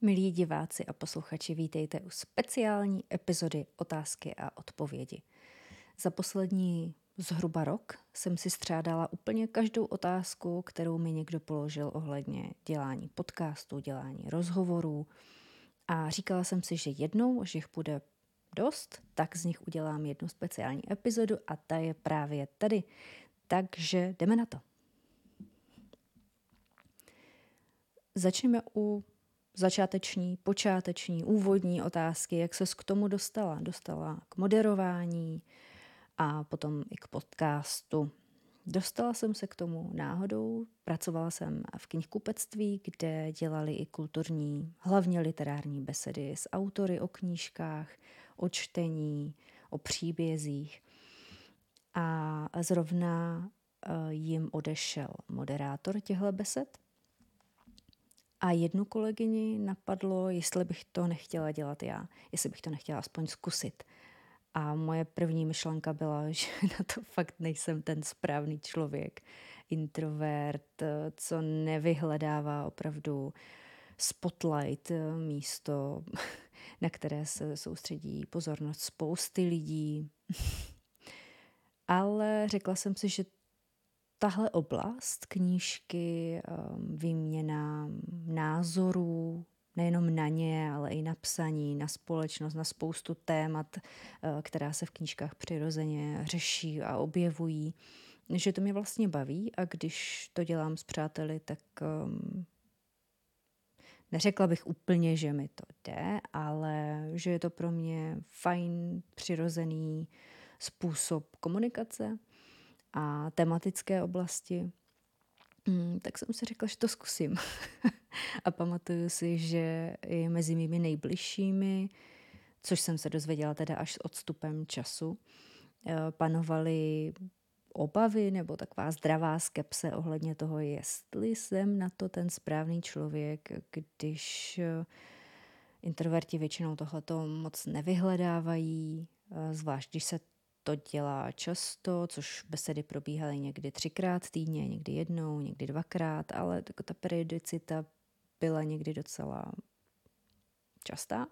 Milí diváci a posluchači, vítejte u speciální epizody Otázky a odpovědi. Za poslední zhruba rok jsem si střádala úplně každou otázku, kterou mi někdo položil ohledně dělání podcastu, dělání rozhovorů a říkala jsem si, že jednou, až jich bude dost, tak z nich udělám jednu speciální epizodu a ta je právě tady. Takže jdeme na to. Začneme u počáteční, úvodní otázky, jak ses k tomu dostala. Dostala k moderování a potom i k podcastu. Dostala jsem se k tomu náhodou, pracovala jsem v knihkupectví, kde dělali i kulturní, hlavně literární besedy s autory o knížkách, o čtení, o příbězích. A zrovna jim odešel moderátor těchto besed. A jednu kolegyni napadlo, jestli bych to nechtěla dělat já, jestli bych to nechtěla aspoň zkusit. A moje první myšlenka byla, že na to fakt nejsem ten správný člověk, introvert, co nevyhledává opravdu spotlight, místo, na které se soustředí pozornost spousty lidí. Ale řekla jsem si, že tahle oblast, knížky, výměna názorů, nejenom na ně, ale i na psaní, na společnost, na spoustu témat, která se v knížkách přirozeně řeší a objevují, že to mě vlastně baví a když to dělám s přáteli, tak neřekla bych úplně, že mi to jde, ale že je to pro mě fajn, přirozený způsob komunikace a tematické oblasti, tak jsem si řekla, že to zkusím. A pamatuju si, že i mezi mými nejbližšími, což jsem se dozvěděla teda až s odstupem času, panovaly obavy nebo taková zdravá skepse ohledně toho, jestli jsem na to ten správný člověk, když introverti většinou tohleto moc nevyhledávají, zvlášť když se to dělá často, což besedy probíhaly někdy 3krát týdně, někdy jednou, někdy 2krát, ale ta periodicita byla někdy docela častá.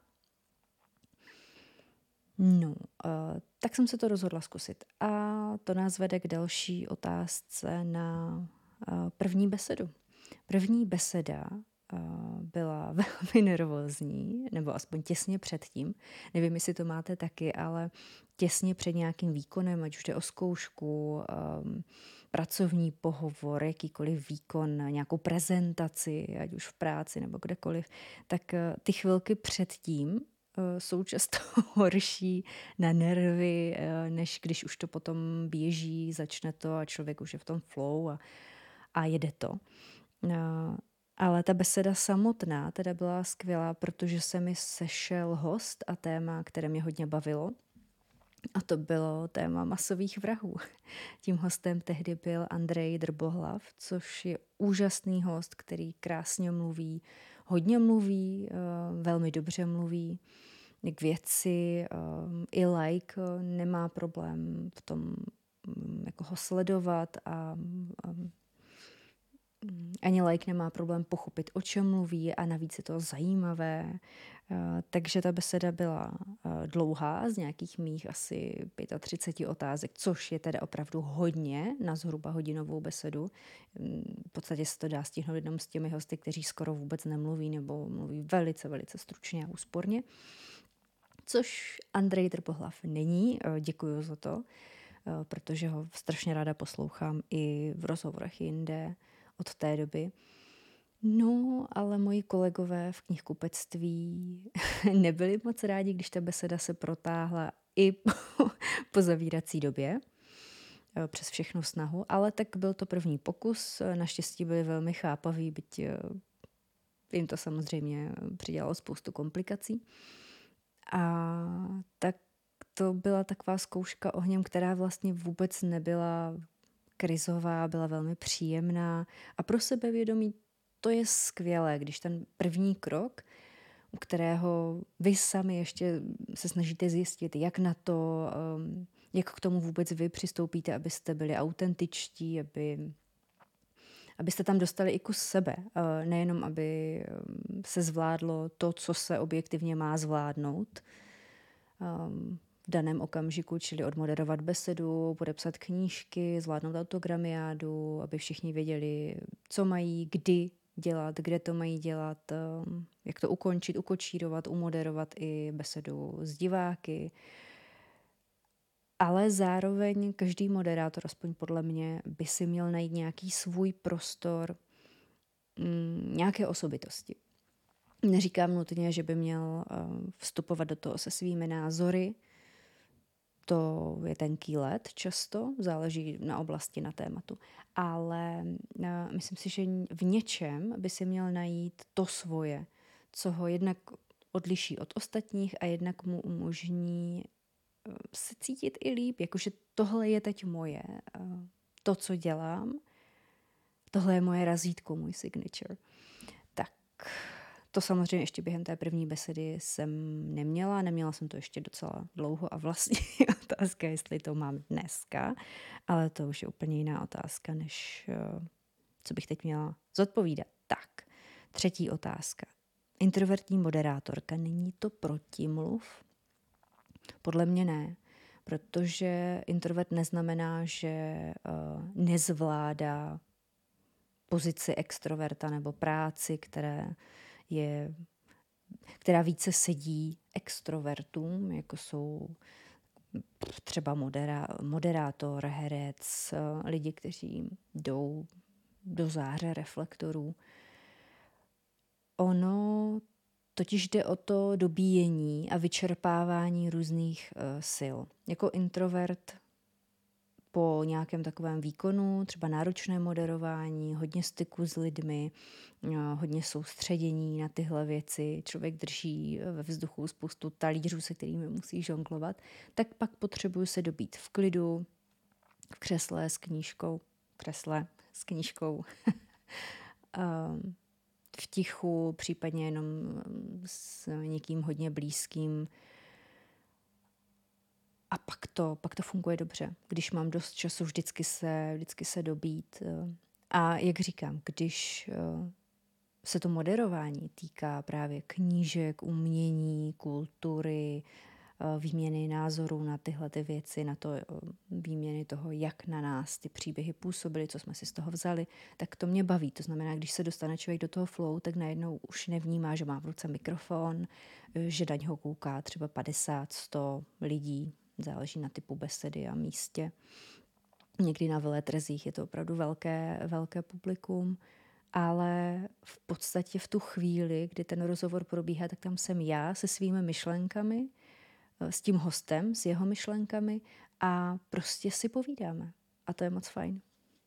No, tak jsem se to rozhodla zkusit. A to nás vede k další otázce na první besedu. První beseda byla velmi nervózní, nebo aspoň těsně předtím. Nevím, jestli to máte taky, ale těsně před nějakým výkonem, ať už jde o zkoušku, pracovní pohovor, jakýkoliv výkon, nějakou prezentaci, ať už v práci nebo kdekoliv, tak ty chvilky předtím jsou často horší na nervy, než když už to potom běží, začne to a člověk už je v tom flow a jede to. Ale ta beseda samotná teda byla skvělá, protože se mi sešel host a téma, které mě hodně bavilo. A to bylo téma masových vrahů. Tím hostem tehdy byl Andrej Drbohlav, což je úžasný host, který krásně mluví, hodně mluví, velmi dobře mluví k věci, i like nemá problém v tom jako ho sledovat a ani like nemá problém pochopit, o čem mluví a navíc je to zajímavé. Takže ta beseda byla dlouhá, z nějakých mých asi 35 otázek, což je teda opravdu hodně na zhruba hodinovou besedu. V podstatě se to dá stihnout jenom s těmi hosty, kteří skoro vůbec nemluví nebo mluví velice, velice stručně a úsporně. Což Andrej Drbohlav není, děkuju za to, protože ho strašně ráda poslouchám i v rozhovorech jinde od té doby. No, ale moji kolegové v knihkupectví nebyli moc rádi, když ta beseda se protáhla i po zavírací době, přes všechnu snahu, ale tak byl to první pokus, naštěstí byli velmi chápaví, byť jim to samozřejmě přidělalo spoustu komplikací. A tak to byla taková zkouška ohněm, která vlastně vůbec nebyla krizová, byla velmi příjemná a pro sebevědomí to je skvělé, když ten první krok, u kterého vy sami ještě se snažíte zjistit, jak na to, jak k tomu vůbec vy přistoupíte, abyste byli autentičtí, aby abyste tam dostali i kus sebe. Nejenom, aby se zvládlo to, co se objektivně má zvládnout v daném okamžiku, čili odmoderovat besedu, podepsat knížky, zvládnout autogramiádu, aby všichni věděli, co mají, kdy dělat, kde to mají dělat, jak to ukončit, ukočírovat, umoderovat i besedu s diváky. Ale zároveň každý moderátor, aspoň podle mě, by si měl najít nějaký svůj prostor, nějaké osobitosti. Neříkám nutně, že by měl vstupovat do toho se svými názory. To je tenký led často, záleží na oblasti, na tématu. Ale myslím si, že v něčem by si měl najít to svoje, co ho jednak odliší od ostatních a jednak mu umožní se cítit i líp, jakože tohle je teď moje, to, co dělám, tohle je moje razítko, můj signature. Tak to samozřejmě ještě během té první besedy jsem neměla jsem to ještě docela dlouho a vlastně otázka, jestli to mám dneska, ale to už je úplně jiná otázka, než co bych teď měla zodpovídat. Tak, třetí otázka. Introvertní moderátorka, není to protimluv? Podle mě ne, protože introvert neznamená, že nezvládá pozici extroverta nebo práci, která více sedí extrovertům, jako jsou třeba moderátor, herec, lidi, kteří jdou do záře reflektorů. Ono totiž jde o to dobíjení a vyčerpávání různých sil. Jako introvert po nějakém takovém výkonu, třeba náročné moderování, hodně styku s lidmi, hodně soustředění na tyhle věci, člověk drží ve vzduchu spoustu talířů, se kterými musí žonglovat, tak pak potřebuju se dobít v klidu, v křesle s knížkou, v tichu, případně jenom s někým hodně blízkým. A pak to funguje dobře. Když mám dost času vždycky se dobít. A jak říkám, když se to moderování týká právě knížek, umění, kultury, výměny názorů na tyhle ty věci, na to výměny toho, jak na nás ty příběhy působily, co jsme si z toho vzali, tak to mě baví. To znamená, když se dostane člověk do toho flow, tak najednou už nevnímá, že má v ruce mikrofon, že na něho kouká třeba 50, 100 lidí, záleží na typu besedy a místě. Někdy na veletrzích je to opravdu velké publikum, ale v podstatě v tu chvíli, kdy ten rozhovor probíhá, tak tam jsem já se svými myšlenkami, s tím hostem, s jeho myšlenkami a prostě si povídáme. A to je moc fajn.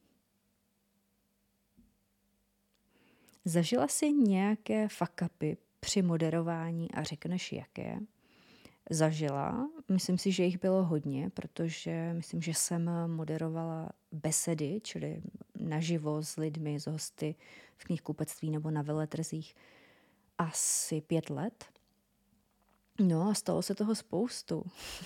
Zažila jsi nějaké fuck-upy při moderování a řekneš jaké? Zažila. Myslím si, že jich bylo hodně, protože myslím, že jsem moderovala besedy, čili naživo s lidmi, s hosty v knihkupectví nebo na veletrzích asi 5 let. No a stalo se toho spoustu.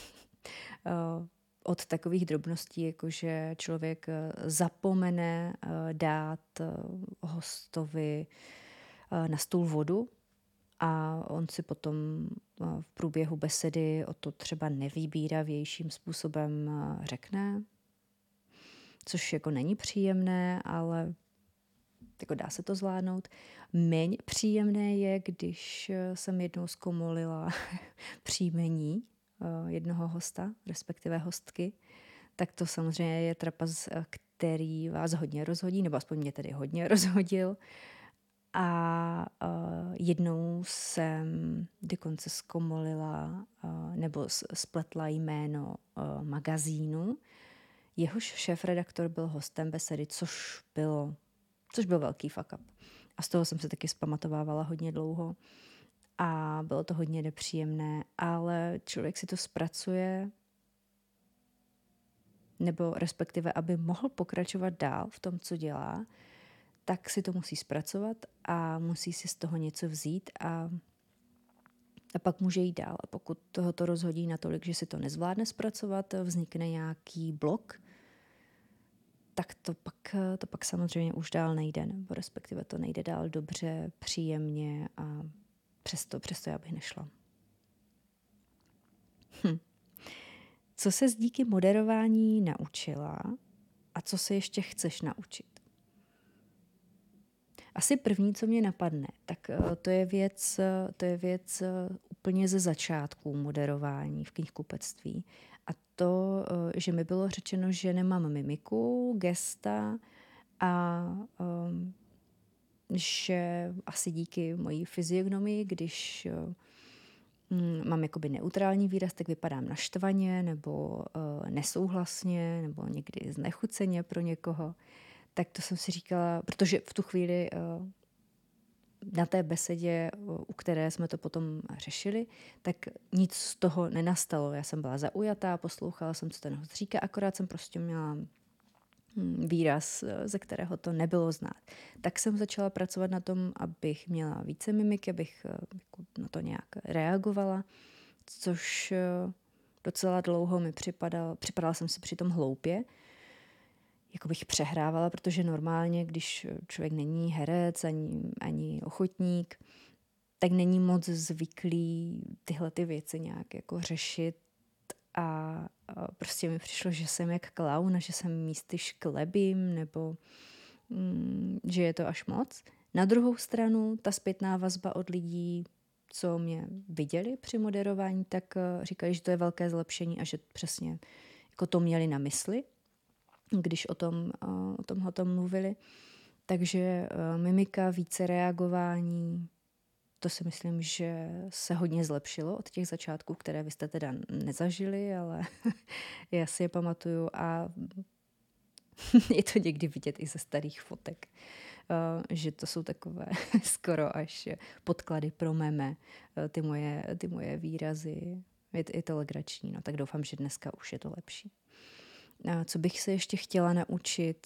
Od takových drobností, jakože člověk zapomene dát hostovi na stůl vodu a on si potom v průběhu besedy o to třeba nevýbíravějším způsobem řekne, což jako není příjemné, ale jako dá se to zvládnout. Méně příjemné je, když jsem jednou zkomolila příjmení jednoho hosta, respektive hostky, tak to samozřejmě je trapas, který vás hodně rozhodí, nebo aspoň mě tedy hodně rozhodil. A jednou jsem dokonce zkomolila nebo spletla jméno magazínu. Jehož šéfredaktor byl hostem besedy, což byl velký fuck up. A z toho jsem se taky zpamatovávala hodně dlouho. A bylo to hodně nepříjemné, ale člověk si to zpracuje, nebo respektive, aby mohl pokračovat dál v tom, co dělá, tak si to musí zpracovat a musí si z toho něco vzít a pak může jít dál. A pokud toho to rozhodí natolik, že si to nezvládne zpracovat, vznikne nějaký blok, tak to pak samozřejmě už dál nejde, nebo respektive to nejde dál dobře, příjemně a přesto já bych nešla. Co ses díky moderování naučila a co se ještě chceš naučit? Asi první, co mě napadne, tak to je věc úplně ze začátku moderování v knihkupectví. A to, že mi bylo řečeno, že nemám mimiku, gesta a že asi díky mojí fyziognomii, když mám jakoby neutrální výraz, tak vypadám naštvaně nebo nesouhlasně nebo někdy znechuceně pro někoho. Tak to jsem si říkala, protože v tu chvíli na té besedě, u které jsme to potom řešili, tak nic z toho nenastalo. Já jsem byla zaujatá, poslouchala jsem, co ten host říká, akorát jsem prostě měla výraz, ze kterého to nebylo znát. Tak jsem začala pracovat na tom, abych měla více mimiky, abych na to nějak reagovala, což docela dlouho mi připadala jsem si přitom hloupě, jako bych přehrávala, protože normálně, když člověk není herec ani ochotník, tak není moc zvyklý tyhle ty věci nějak jako řešit a prostě mi přišlo, že jsem jak klaun a že jsem místy šklebím nebo že je to až moc. Na druhou stranu ta zpětná vazba od lidí, co mě viděli při moderování, tak říkali, že to je velké zlepšení a že přesně jako to měli na mysli, když o tomhle mluvili. Takže mimika, více reagování, to si myslím, že se hodně zlepšilo od těch začátků, které vy jste teda nezažili, ale já si je pamatuju a je to někdy vidět i ze starých fotek, že to jsou takové skoro až podklady pro meme, ty moje výrazy. Je to legrační, no tak doufám, že dneska už je to lepší. Co bych se ještě chtěla naučit?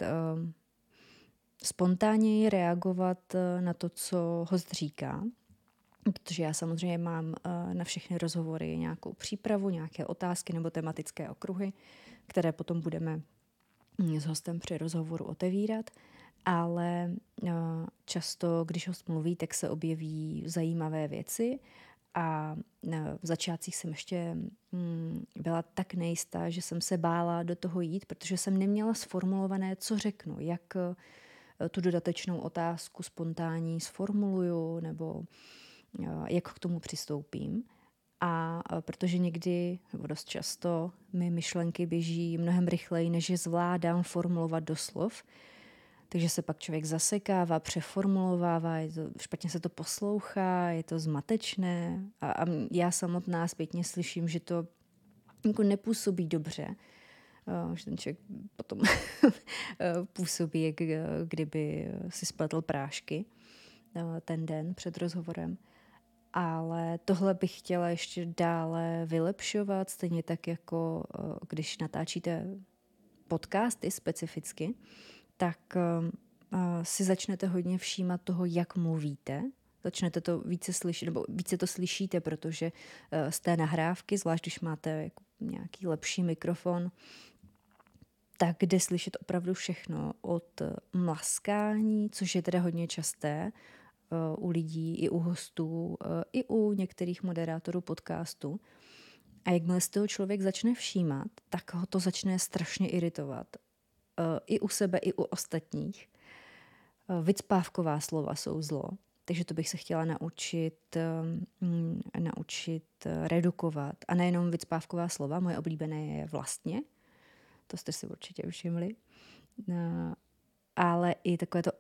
Spontánněji reagovat na to, co host říká, protože já samozřejmě mám na všechny rozhovory nějakou přípravu, nějaké otázky nebo tematické okruhy, které potom budeme s hostem při rozhovoru otevírat, ale často, když host mluví, tak se objeví zajímavé věci a v začátcích jsem ještě byla tak nejistá, že jsem se bála do toho jít, protože jsem neměla sformulované, co řeknu, jak tu dodatečnou otázku spontánní sformuluju nebo jak k tomu přistoupím. A protože někdy, nebo dost často, mi myšlenky běží mnohem rychleji, než je zvládám formulovat do slov. Takže se pak člověk zasekává, přeformulovává, špatně se to poslouchá, je to zmatečné. A já samotná zpětně slyším, že to jako nepůsobí dobře. Že ten člověk potom působí, jak kdyby si spletl prášky ten den před rozhovorem. Ale tohle bych chtěla ještě dále vylepšovat, stejně tak jako když natáčíte podcasty specificky, tak si začnete hodně všímat toho, jak mluvíte. Začnete to více slyšet, nebo více to slyšíte, protože z té nahrávky, zvlášť když máte jako nějaký lepší mikrofon, tak jde slyšet opravdu všechno od mlaskání, což je teda hodně časté, u lidí, i u hostů, i u některých moderátorů podcastu. A jakmile si toho člověk začne všímat, tak ho to začne strašně iritovat. I u sebe, i u ostatních. Vycpávková slova jsou zlo, takže to bych se chtěla naučit redukovat. A nejenom vycpávková slova, moje oblíbené je vlastně, to jste si určitě všimli, ale i takové to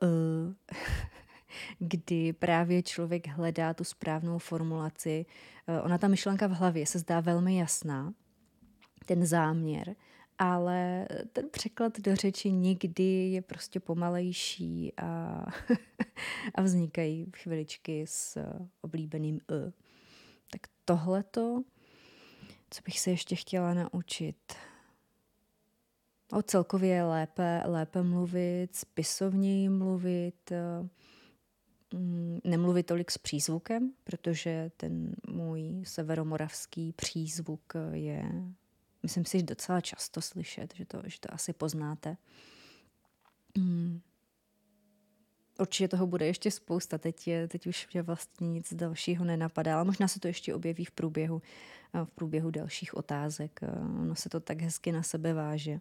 kdy právě člověk hledá tu správnou formulaci. Ona ta myšlenka v hlavě se zdá velmi jasná, ten záměr, ale ten překlad do řeči někdy je prostě pomalejší a vznikají chviličky s oblíbeným Tak tohleto, co bych se ještě chtěla naučit? Celkově lépe mluvit, spisovněji mluvit, nemluvit tolik s přízvukem, protože ten můj severomoravský přízvuk je, myslím si, docela často slyšet, že to asi poznáte. Mm. Určitě toho bude ještě spousta, teď už mě vlastně nic dalšího nenapadá, ale možná se to ještě objeví v průběhu dalších otázek. Ono se to tak hezky na sebe váže.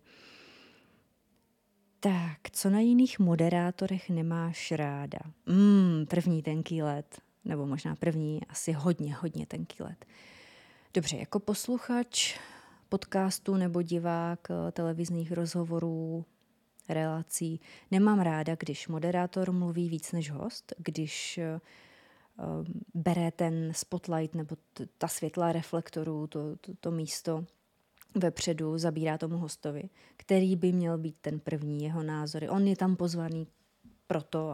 Tak, co na jiných moderátorech nemáš ráda? První tenký led, nebo možná první asi hodně tenký led. Dobře, jako posluchač podcastu nebo divák televizních rozhovorů, relací, nemám ráda, když moderátor mluví víc než host, když bere ten spotlight nebo ta světla reflektorů, to místo vepředu, zabírá tomu hostovi, který by měl být ten první, jeho názory. On je tam pozvaný proto,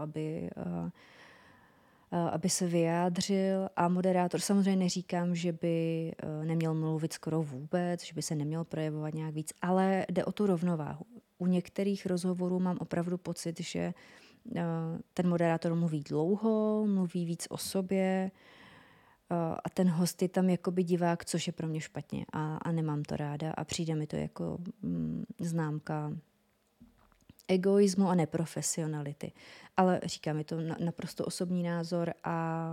aby se vyjádřil, a moderátor, samozřejmě neříkám, že by neměl mluvit skoro vůbec, že by se neměl projevovat nějak víc, ale jde o tu rovnováhu. U některých rozhovorů mám opravdu pocit, že ten moderátor mluví dlouho, mluví víc o sobě a ten host je tam jakoby divák, což je pro mě špatně a nemám to ráda a přijde mi to jako známka egoismu a neprofesionality. Ale říkám, je to naprosto osobní názor a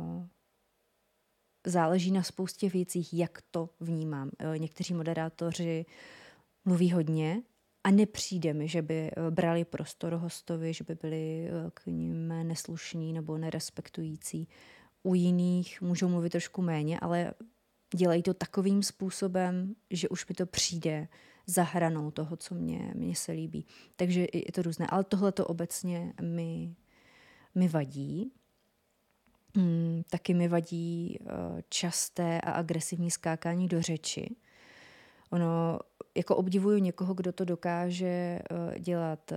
záleží na spoustě věcích, jak to vnímám. Někteří moderátoři mluví hodně a nepřijde mi, že by brali prostor hostovi, že by byli k nim neslušní nebo nerespektující. U jiných můžou mluvit trošku méně, ale dělají to takovým způsobem, že už mi to přijde za hranou toho, co mně se líbí. Takže je to různé. Ale tohle to obecně mi vadí. Taky mi vadí časté a agresivní skákání do řeči. Ono, jako obdivuju někoho, kdo to dokáže dělat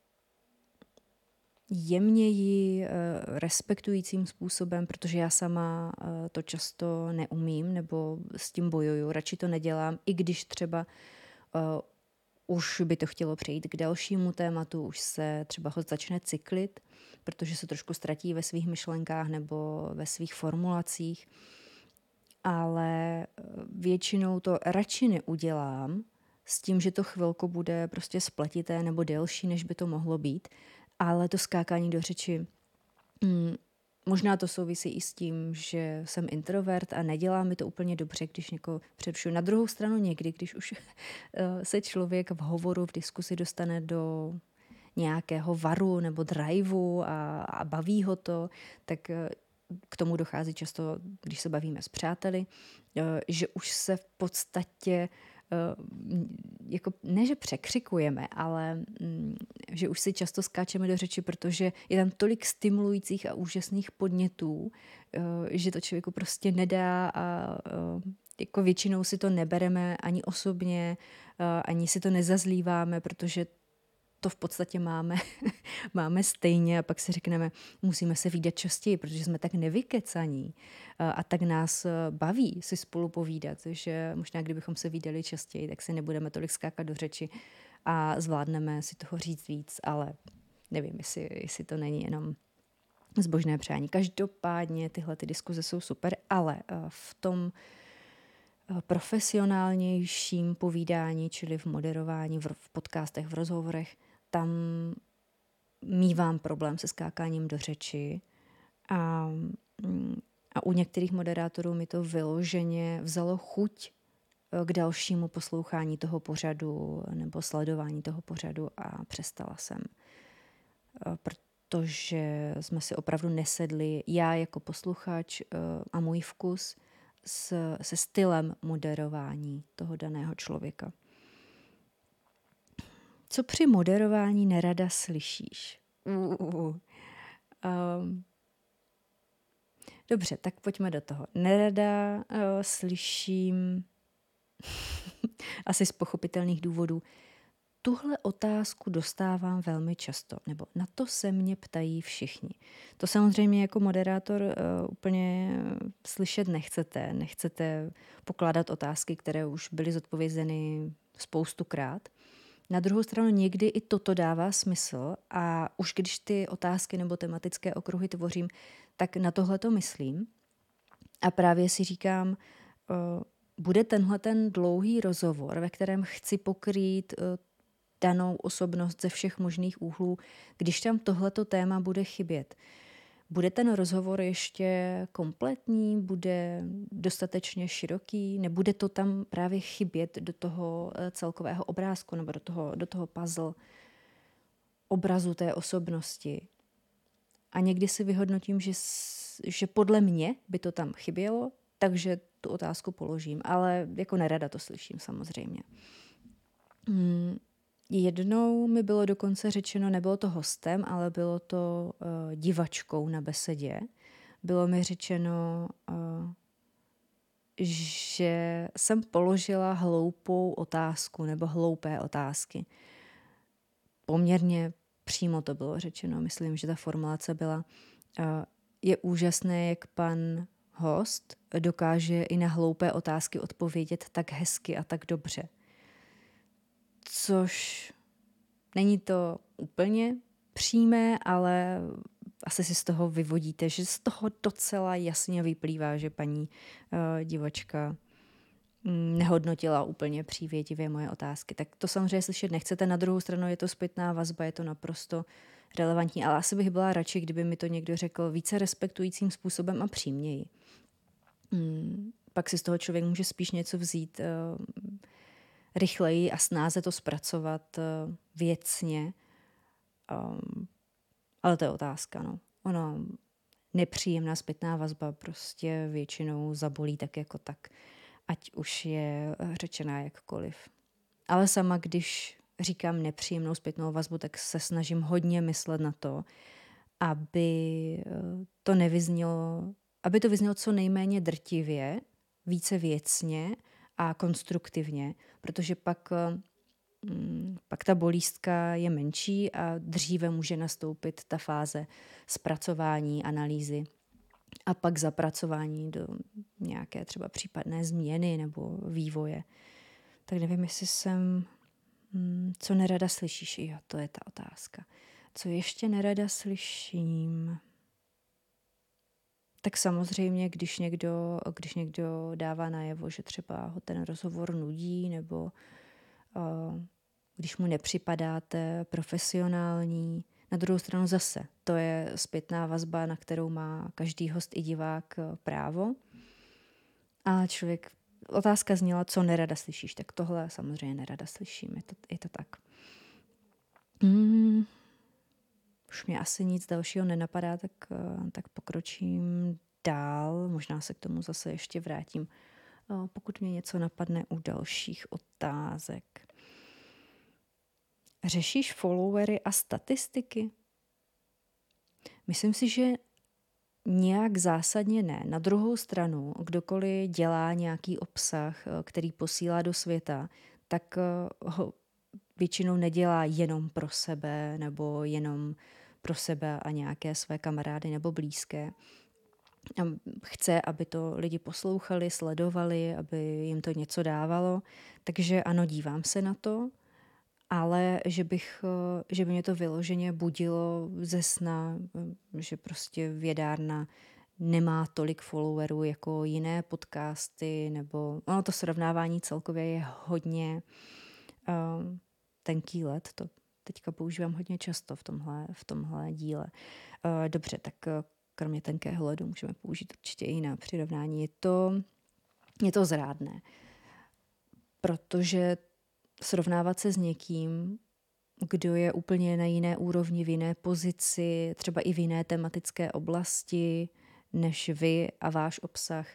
jemněji, respektujícím způsobem, protože já sama to často neumím nebo s tím bojuju, radši to nedělám, i když třeba už by to chtělo přejít k dalšímu tématu, už se třeba ho začne cyklit, protože se trošku ztratí ve svých myšlenkách nebo ve svých formulacích, ale většinou to radši neudělám s tím, že to chvilku bude prostě spletité nebo delší, než by to mohlo být, ale to skákání do řeči, možná to souvisí i s tím, že jsem introvert a nedělá mi to úplně dobře, když někoho přerušuju. Na druhou stranu někdy, když už se člověk v hovoru, v diskusi dostane do nějakého varu nebo driveu a baví ho to, tak k tomu dochází často, když se bavíme s přáteli, že už se v podstatě jako ne, že překřikujeme, ale že už si často skáčeme do řeči, protože je tam tolik stimulujících a úžasných podnětů, že to člověku prostě nedá a jako většinou si to nebereme ani osobně, ani si to nezazlíváme, protože to v podstatě máme stejně a pak si řekneme, musíme se vídat častěji, protože jsme tak nevykecaní a tak nás baví si spolu povídat, že možná kdybychom se vídali častěji, tak si nebudeme tolik skákat do řeči a zvládneme si toho říct víc, ale nevím, jestli to není jenom zbožné přání. Každopádně tyhle ty diskuze jsou super, ale v tom profesionálnějším povídání, čili v moderování, v podcastech, v rozhovorech, tam mívám problém se skákáním do řeči a u některých moderátorů mi to vyloženě vzalo chuť k dalšímu poslouchání toho pořadu nebo sledování toho pořadu a přestala jsem. Protože jsme si opravdu nesedli, já jako posluchač a můj vkus, se stylem moderování toho daného člověka. Co při moderování nerada slyšíš? Dobře, tak pojďme do toho. Nerada slyším asi z pochopitelných důvodů. Tuhle otázku dostávám velmi často, nebo na to se mě ptají všichni. To samozřejmě jako moderátor úplně slyšet nechcete. Nechcete pokládat otázky, které už byly zodpovězeny spoustukrát. Na druhou stranu někdy i toto dává smysl a už když ty otázky nebo tematické okruhy tvořím, tak na tohle to myslím. A právě si říkám, bude tenhle ten dlouhý rozhovor, ve kterém chci pokrýt danou osobnost ze všech možných úhlů, když tam tohleto téma bude chybět. Bude ten rozhovor ještě kompletní, bude dostatečně široký, nebude to tam právě chybět do toho celkového obrázku nebo do toho puzzle obrazu té osobnosti. A někdy si vyhodnotím, že podle mě by to tam chybělo, takže tu otázku položím, ale jako nerada to slyším samozřejmě. Jednou mi bylo dokonce řečeno, nebylo to hostem, ale bylo to divačkou na besedě. Bylo mi řečeno, že jsem položila hloupou otázku nebo hloupé otázky. Poměrně přímo to bylo řečeno. Myslím, že ta formulace byla, je úžasné, jak pan host dokáže i na hloupé otázky odpovědět tak hezky a tak dobře. Což není to úplně přímé, ale asi si z toho vyvodíte, že z toho docela jasně vyplývá, že paní divačka nehodnotila úplně přívětivě moje otázky. Tak to samozřejmě slyšet nechcete. Na druhou stranu je to zpětná vazba, je to naprosto relevantní, ale asi bych byla radši, kdyby mi to někdo řekl více respektujícím způsobem a přímněji. Pak si z toho člověk může spíš něco vzít rychleji a snáze to zpracovat věcně. Ale to je otázka, no. Ono nepříjemná zpětná vazba prostě většinou zabolí tak jako tak, ať už je řečená jakkoliv. Ale sama, když říkám nepříjemnou zpětnou vazbu, tak se snažím hodně myslet na to, aby to vyznělo co nejméně drtivě, více věcně a konstruktivně, protože pak ta bolístka je menší a dříve může nastoupit ta fáze zpracování, analýzy a pak zapracování do nějaké třeba případné změny nebo vývoje. Tak nevím, jestli co nerada slyšíš? Jo, to je ta otázka. Co ještě nerada slyším? Tak samozřejmě, když někdo dává najevo, že třeba ho ten rozhovor nudí nebo když mu nepřipadáte profesionální. Na druhou stranu zase, to je zpětná vazba, na kterou má každý host i divák právo. A otázka zněla, co nerada slyšíš, tak tohle samozřejmě nerada slyším, je to tak. Už mě asi nic dalšího nenapadá, tak pokročím dál, možná se k tomu zase ještě vrátím, pokud mě něco napadne u dalších otázek. Řešíš followery a statistiky? Myslím si, že nějak zásadně ne. Na druhou stranu, kdokoliv dělá nějaký obsah, který posílá do světa, tak ho většinou nedělá jenom pro sebe nebo jenom pro sebe a nějaké své kamarády nebo blízké. Chce, aby to lidi poslouchali, sledovali, aby jim to něco dávalo. Takže ano, dívám se na to, ale že by mě to vyloženě budilo ze sna, že prostě vědárna nemá tolik followerů jako jiné podcasty, nebo ono to srovnávání celkově je hodně tenký led, to teďka používám hodně často v tomhle díle. Dobře, tak kromě tenkého ledu můžeme použít určitě i jiná přirovnání. Je to zrádné, protože srovnávat se s někým, kdo je úplně na jiné úrovni, v jiné pozici, třeba i v jiné tematické oblasti než vy a váš obsah,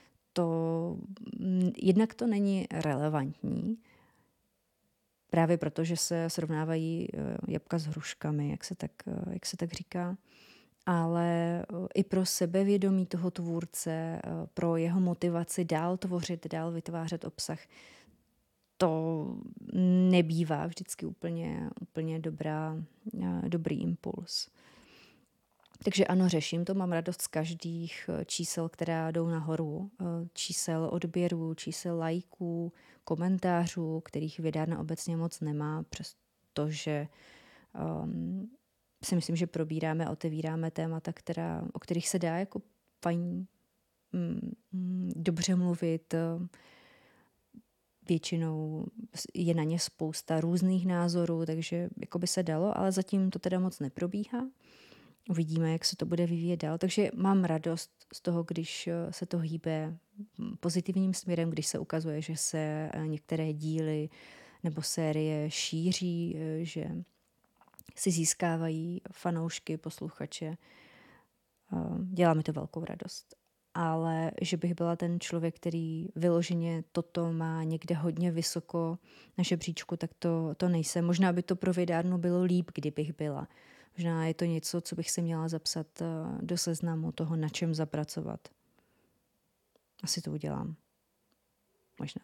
jednak to není relevantní, právě proto, že se srovnávají jablka s hruškami, jak se tak říká, ale i pro sebevědomí toho tvůrce, pro jeho motivaci dál tvořit, dál vytvářet obsah, to nebývá vždycky úplně dobrý impuls. Takže ano, řeším to, mám radost z každých čísel, která jdou nahoru, čísel odběrů, čísel lajků, komentářů, kterých vědárna obecně moc nemá, přestože si myslím, že probíráme a otevíráme témata, o kterých se dá jako fajn dobře mluvit, většinou je na ně spousta různých názorů, takže jako by se dalo, ale zatím to teda moc neprobíhá. Uvidíme, jak se to bude vyvíjet dál. Takže mám radost z toho, když se to hýbe pozitivním směrem, když se ukazuje, že se některé díly nebo série šíří, že si získávají fanoušky, posluchače. Dělá mi to velkou radost. Ale že bych byla ten člověk, který vyloženě toto má někde hodně vysoko na žebříčku, tak to nejsem. Možná by to pro vědárnu bylo líp, kdybych byla. Možná je to něco, co bych si měla zapsat do seznamu toho, na čem zapracovat. Asi to udělám. Možná.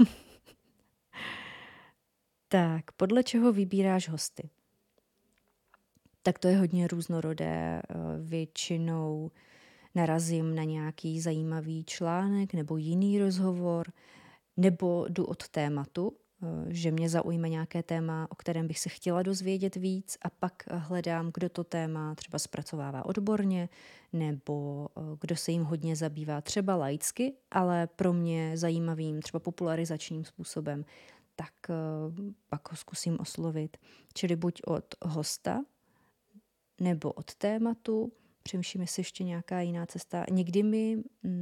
Tak, podle čeho vybíráš hosty? Tak to je hodně různorodé. Většinou narazím na nějaký zajímavý článek nebo jiný rozhovor, nebo jdu od tématu, že mě zaujme nějaké téma, o kterém bych se chtěla dozvědět víc a pak hledám, kdo to téma třeba zpracovává odborně nebo kdo se jim hodně zabývá třeba laicky, ale pro mě zajímavým, třeba popularizačním způsobem, tak pak ho zkusím oslovit. Čili buď od hosta nebo od tématu, přemýšlím, jestli ještě nějaká jiná cesta. Někdy mi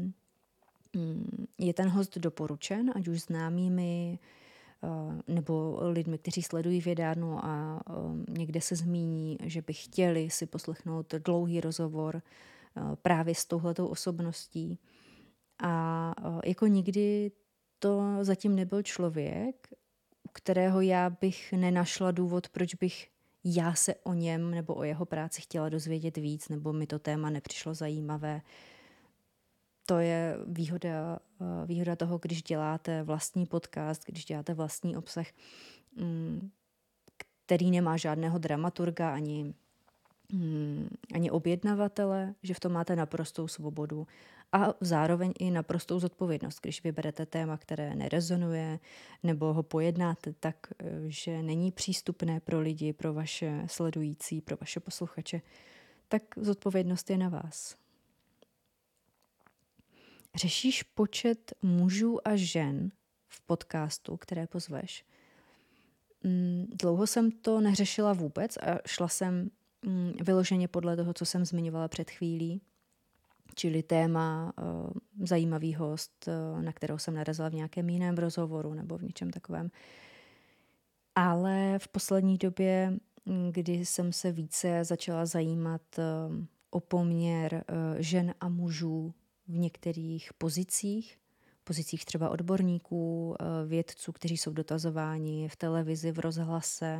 je ten host doporučen, ať už známými nebo lidmi, kteří sledují vědárnu a někde se zmíní, že by chtěli si poslechnout dlouhý rozhovor právě s touhletou osobností. A jako nikdy to zatím nebyl člověk, u kterého já bych nenašla důvod, proč bych já se o něm nebo o jeho práci chtěla dozvědět víc, nebo mi to téma nepřišlo zajímavé. To je výhoda toho, když děláte vlastní podcast, když děláte vlastní obsah, který nemá žádného dramaturga ani objednavatele, že v tom máte naprostou svobodu a zároveň i naprostou zodpovědnost, když vyberete téma, které nerezonuje, nebo ho pojednáte tak, že není přístupné pro lidi, pro vaše sledující, pro vaše posluchače, tak zodpovědnost je na vás. Řešíš počet mužů a žen v podcastu, které pozveš? Dlouho jsem to neřešila vůbec a šla jsem vyloženě podle toho, co jsem zmiňovala před chvílí, čili téma zajímavý host, na kterou jsem narazila v nějakém jiném rozhovoru nebo v něčem takovém. Ale v poslední době, kdy jsem se více začala zajímat o poměr žen a mužů v některých pozicích třeba odborníků, vědců, kteří jsou dotazováni v televizi, v rozhlase,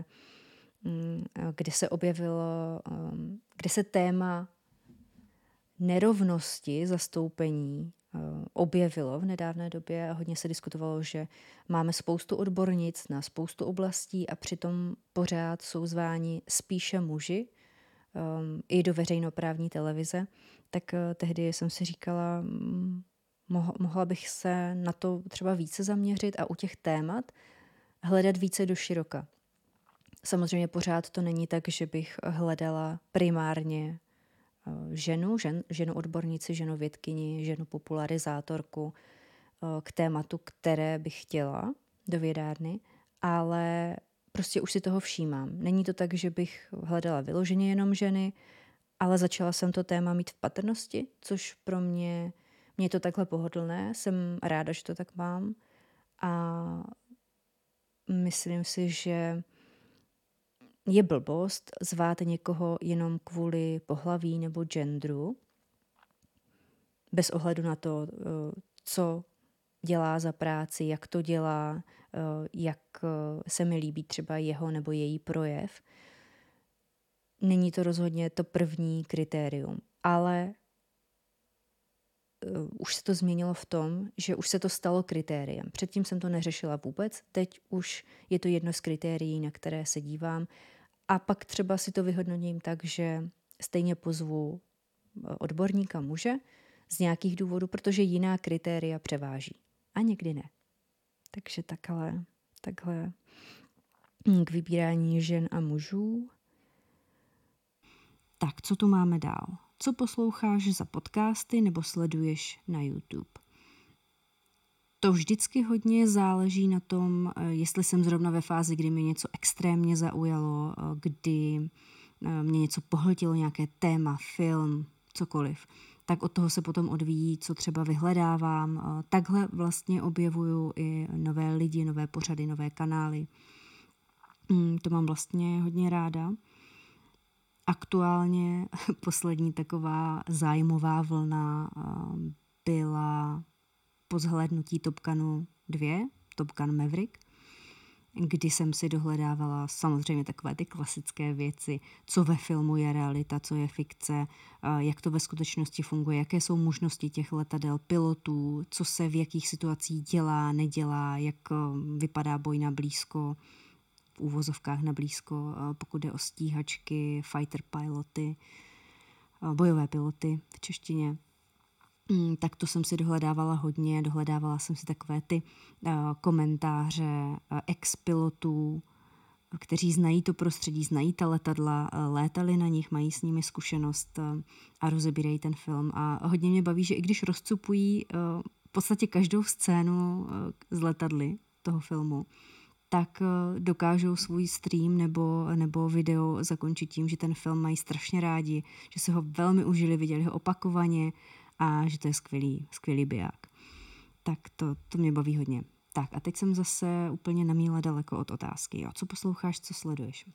kde se téma nerovnosti zastoupení objevilo v nedávné době a hodně se diskutovalo, že máme spoustu odbornic na spoustu oblastí a přitom pořád jsou zváni spíše muži i do veřejnoprávní televize, tak tehdy jsem si říkala, mohla bych se na to třeba více zaměřit a u těch témat hledat více do široka. Samozřejmě pořád to není tak, že bych hledala primárně ženu odbornici, ženu vědkyni, ženu popularizátorku k tématu, které bych chtěla do vědárny, ale prostě už si toho všímám. Není to tak, že bych hledala vyloženě jenom ženy, ale začala jsem to téma mít v patrnosti, což pro mě je to takhle pohodlné, jsem ráda, že to tak mám a myslím si, že je blbost zvát někoho jenom kvůli pohlaví nebo genderu, bez ohledu na to, co dělá za práci, jak to dělá, jak se mi líbí třeba jeho nebo její projev. Není to rozhodně to první kritérium, ale už se to změnilo v tom, že už se to stalo kritériem. Předtím jsem to neřešila vůbec, teď už je to jedno z kritérií, na které se dívám. A pak třeba si to vyhodnotím tak, že stejně pozvu odborníka muže z nějakých důvodů, protože jiná kritéria převáží. A někdy ne. Takže takhle k vybírání žen a mužů. Tak, co tu máme dál? Co posloucháš za podcasty nebo sleduješ na YouTube? To vždycky hodně záleží na tom, jestli jsem zrovna ve fázi, kdy mě něco extrémně zaujalo, kdy mě něco pohltilo, nějaké téma, film, cokoliv. Tak od toho se potom odvíjí, co třeba vyhledávám. Takhle vlastně objevuju i nové lidi, nové pořady, nové kanály. To mám vlastně hodně ráda. Aktuálně poslední taková zájmová vlna byla po zhlédnutí Top Gunu 2, Top Gun Maverick, kdy jsem si dohledávala samozřejmě takové ty klasické věci, co ve filmu je realita, co je fikce, jak to ve skutečnosti funguje, jaké jsou možnosti těch letadel, pilotů, co se v jakých situacích dělá, nedělá, jak vypadá boj na blízko, v úvozovkách na blízko, pokud jde o stíhačky, fighter piloty, bojové piloty v češtině. Tak to jsem si dohledávala hodně, dohledávala jsem si takové ty komentáře ex-pilotů, kteří znají to prostředí, znají ta letadla, létali na nich, mají s nimi zkušenost a rozebírají ten film. A hodně mě baví, že i když rozcupují v podstatě každou scénu z letadly toho filmu, tak dokážou svůj stream nebo video zakončit tím, že ten film mají strašně rádi, že se ho velmi užili, viděli ho opakovaně a že to je skvělý biják. Tak to mě baví hodně. Tak a teď jsem zase úplně na míle daleko od otázky. Jo. Co posloucháš, co sleduješ?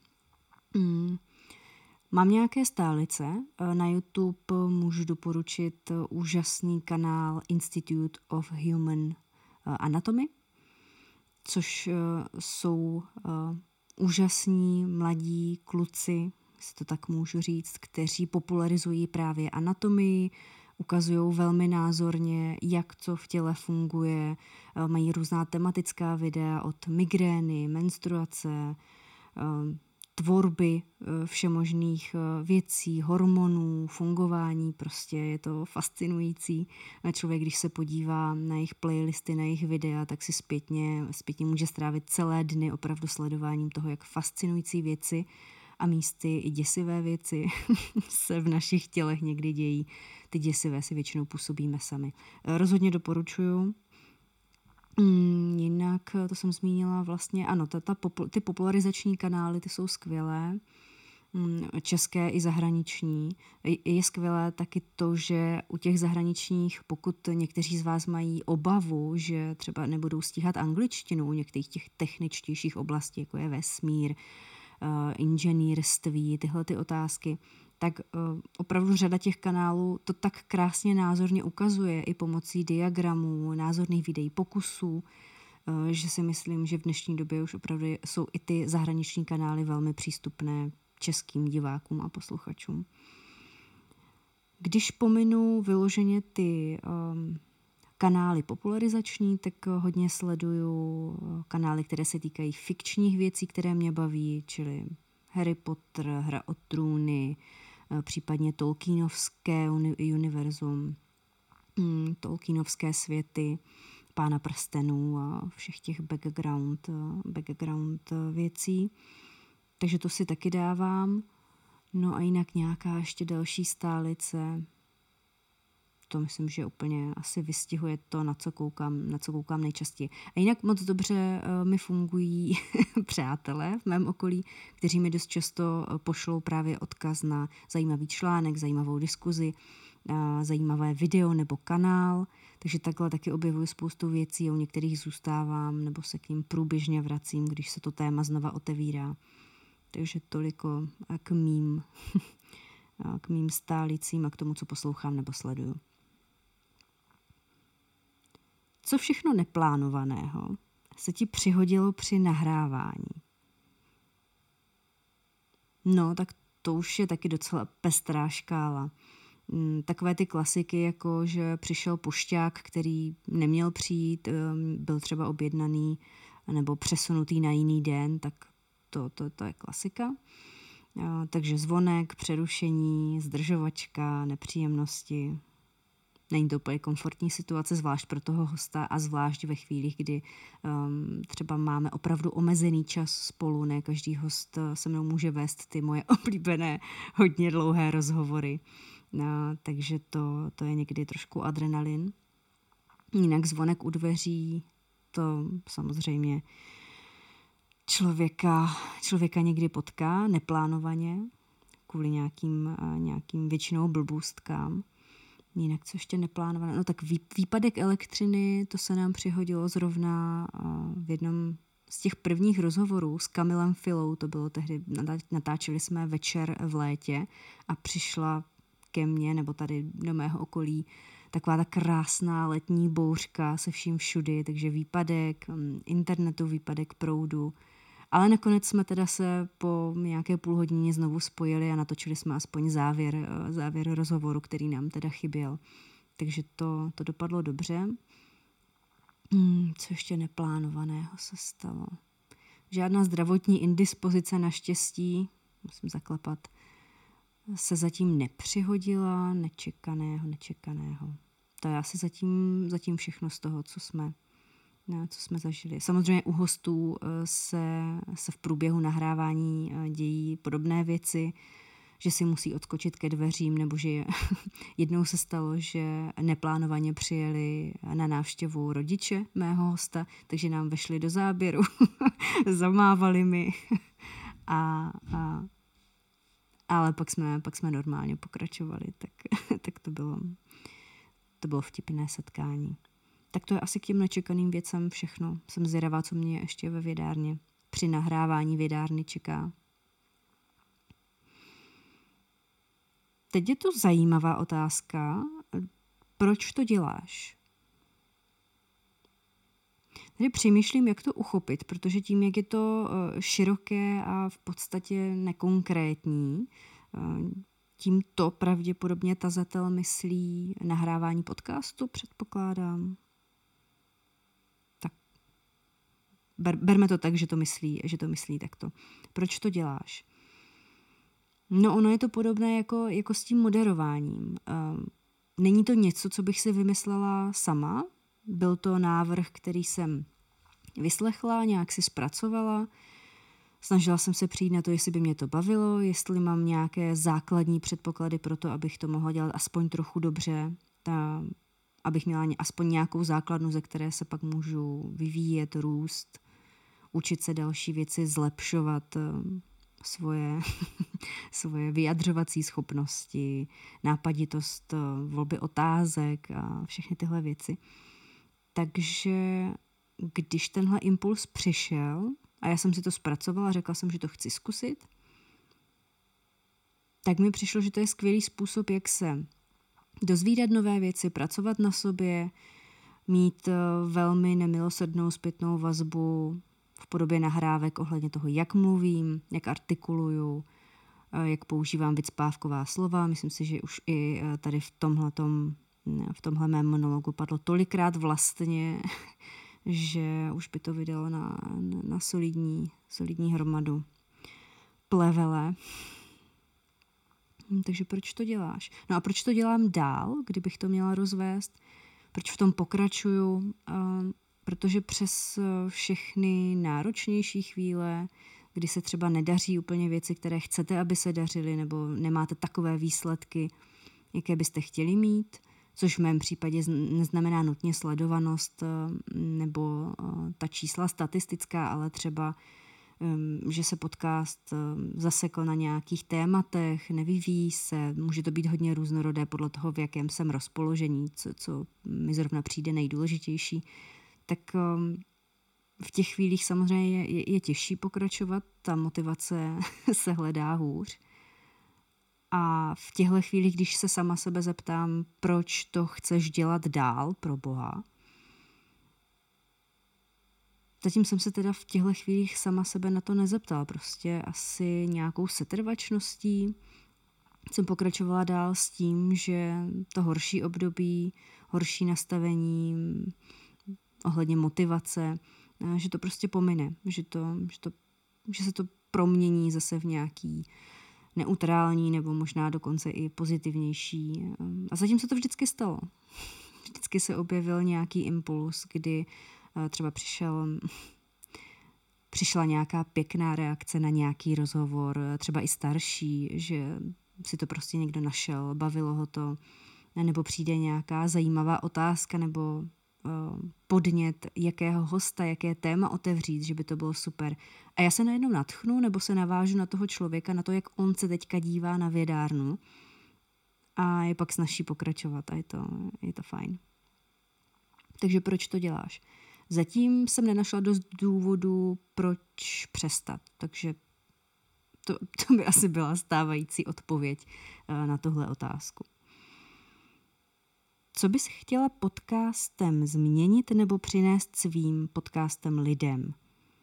Mám nějaké stálice. Na YouTube můžu doporučit úžasný kanál Institute of Human Anatomy, což jsou úžasní mladí kluci, jestli to tak můžu říct, kteří popularizují právě anatomii, ukazují velmi názorně, jak co v těle funguje, mají různá tematická videa od migrény, menstruace, tvorby všemožných věcí, hormonů, fungování, prostě je to fascinující. Člověk, když se podívá na jejich playlisty, na jejich videa, tak si zpětně může strávit celé dny opravdu sledováním toho, jak fascinující věci a místy i děsivé věci se v našich tělech někdy dějí. Ty děsivé si většinou působíme sami. Rozhodně doporučuju. Jinak to jsem zmínila vlastně, ano, ty popularizační kanály, ty jsou skvělé, české i zahraniční. Je skvělé taky to, že u těch zahraničních, pokud někteří z vás mají obavu, že třeba nebudou stíhat angličtinu u některých těch techničtějších oblastí, jako je vesmír, inženýrství, tyhle ty otázky, tak opravdu řada těch kanálů to tak krásně názorně ukazuje i pomocí diagramů, názorných videí, pokusů, že si myslím, že v dnešní době už opravdu jsou i ty zahraniční kanály velmi přístupné českým divákům a posluchačům. Když pominu vyloženě ty kanály popularizační, tak hodně sleduju kanály, které se týkají fikčních věcí, které mě baví, čili Harry Potter, Hra o trůny, případně Tolkienovské univerzum, Tolkienovské světy, Pána prstenů a všech těch background věcí. Takže to si taky dávám. No a jinak nějaká ještě další stálice. To myslím, že úplně asi vystihuje to, na co koukám nejčastěji. A jinak moc dobře mi fungují přátelé v mém okolí, kteří mi dost často pošlou právě odkaz na zajímavý článek, zajímavou diskuzi, zajímavé video nebo kanál, takže takhle taky objevuju spoustu věcí a u některých zůstávám nebo se k ním průběžně vracím, když se to téma znova otevírá. Takže toliko k mým stálicím a k tomu, co poslouchám nebo sleduju. Co všechno neplánovaného se ti přihodilo při nahrávání? No, tak to už je taky docela pestrá škála. Takové ty klasiky, jako že přišel pošťák, který neměl přijít, byl třeba objednaný nebo přesunutý na jiný den, tak to je klasika. Takže zvonek, přerušení, zdržovačka, nepříjemnosti. Není to úplně komfortní situace, zvlášť pro toho hosta a zvlášť ve chvílích, kdy třeba máme opravdu omezený čas spolu, ne každý host se mnou může vést ty moje oblíbené hodně dlouhé rozhovory. Takže to je někdy trošku adrenalin. Jinak zvonek u dveří, to samozřejmě člověka někdy potká neplánovaně, kvůli nějakým většinou blbůstkám. Jinak co ještě neplánované? No tak výpadek elektřiny, to se nám přihodilo zrovna v jednom z těch prvních rozhovorů s Kamilem Filou, to bylo tehdy, natáčeli jsme večer v létě a přišla ke mně, nebo tady do mého okolí, taková ta krásná letní bouřka se vším všudy, takže výpadek internetu, výpadek proudu. Ale nakonec jsme teda se po nějaké půlhodině znovu spojili a natočili jsme aspoň závěr rozhovoru, který nám teda chyběl. Takže to dopadlo dobře. Co ještě neplánovaného se stalo? Žádná zdravotní indispozice naštěstí, musím zaklepat, se zatím nepřihodila, nečekaného. To je asi zatím všechno z toho, co jsme zažili. Samozřejmě u hostů se v průběhu nahrávání dějí podobné věci, že si musí odskočit ke dveřím, nebo že jednou se stalo, že neplánovaně přijeli na návštěvu rodiče mého hosta, takže nám vešli do záběru, zamávali mi, ale pak jsme normálně pokračovali, tak to bylo vtipné setkání. Tak to je asi k těm nečekaným věcem všechno. Jsem zvědavá, co mě ještě ve vědárně, při nahrávání vědárny čeká. Teď je to zajímavá otázka. Proč to děláš? Tady přemýšlím, jak to uchopit, protože tím, jak je to široké a v podstatě nekonkrétní, tím to pravděpodobně tazatel myslí nahrávání podcastu, předpokládám. Tak berme to tak, že to myslí takto. Proč to děláš? No ono je to podobné jako s tím moderováním. Není to něco, co bych si vymyslela sama. Byl to návrh, který jsem vyslechla, nějak si zpracovala. Snažila jsem se přijít na to, jestli by mě to bavilo, jestli mám nějaké základní předpoklady pro to, abych to mohla dělat aspoň trochu dobře, abych měla aspoň nějakou základnu, ze které se pak můžu vyvíjet, růst, učit se další věci, zlepšovat svoje vyjadřovací schopnosti, nápaditost volby otázek a všechny tyhle věci. Takže když tenhle impuls přišel a já jsem si to zpracovala, řekla jsem, že to chci zkusit, tak mi přišlo, že to je skvělý způsob, jak se dozvídat nové věci, pracovat na sobě, mít velmi nemilosrdnou zpětnou vazbu v podobě nahrávek ohledně toho, jak mluvím, jak artikuluju, jak používám vycpávková slova. Myslím si, že už i tady v tomhle mém monologu padlo tolikrát vlastně, že už by to vydalo na solidní hromadu plevele. Takže proč to děláš? No a proč to dělám dál, kdybych to měla rozvést? Proč v tom pokračuju? Protože přes všechny náročnější chvíle, kdy se třeba nedaří úplně věci, které chcete, aby se dařily, nebo nemáte takové výsledky, jaké byste chtěli mít, což v mém případě neznamená nutně sledovanost nebo ta čísla statistická, ale třeba, že se podcast zasekl na nějakých tématech, nevyvíjí se, může to být hodně různorodé podle toho, v jakém jsem rozpoložení, co mi zrovna přijde nejdůležitější. Tak v těch chvílích samozřejmě je těžší pokračovat, ta motivace se hledá hůř. A v těchto chvílích, když se sama sebe zeptám, proč to chceš dělat dál, pro Boha, zatím jsem se teda v těchto chvílích sama sebe na to nezeptala. Prostě asi nějakou setrvačností jsem pokračovala dál s tím, že to horší období, horší nastavení ohledně motivace, že to prostě pomine, že se to promění zase v nějaký neutrální nebo možná dokonce i pozitivnější. A zatím se to vždycky stalo. Vždycky se objevil nějaký impuls, kdy třeba přišla nějaká pěkná reakce na nějaký rozhovor, třeba i starší, že si to prostě někdo našel, bavilo ho to, nebo přijde nějaká zajímavá otázka nebo podnět, jakého hosta, jaké téma otevřít, že by to bylo super. A já se najednou nadchnu nebo se navážu na toho člověka, na to, jak on se teďka dívá na vědárnu a je pak snazší pokračovat a je to fajn. Takže proč to děláš? Zatím jsem nenašla dost důvodů, proč přestat, takže to by asi byla stávající odpověď na tuhle otázku. Co bys chtěla podcastem změnit nebo přinést svým podcastem lidem?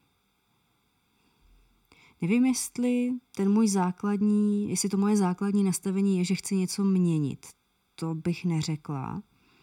Nevím, jestli to moje základní nastavení je, že chci něco měnit. To bych neřekla.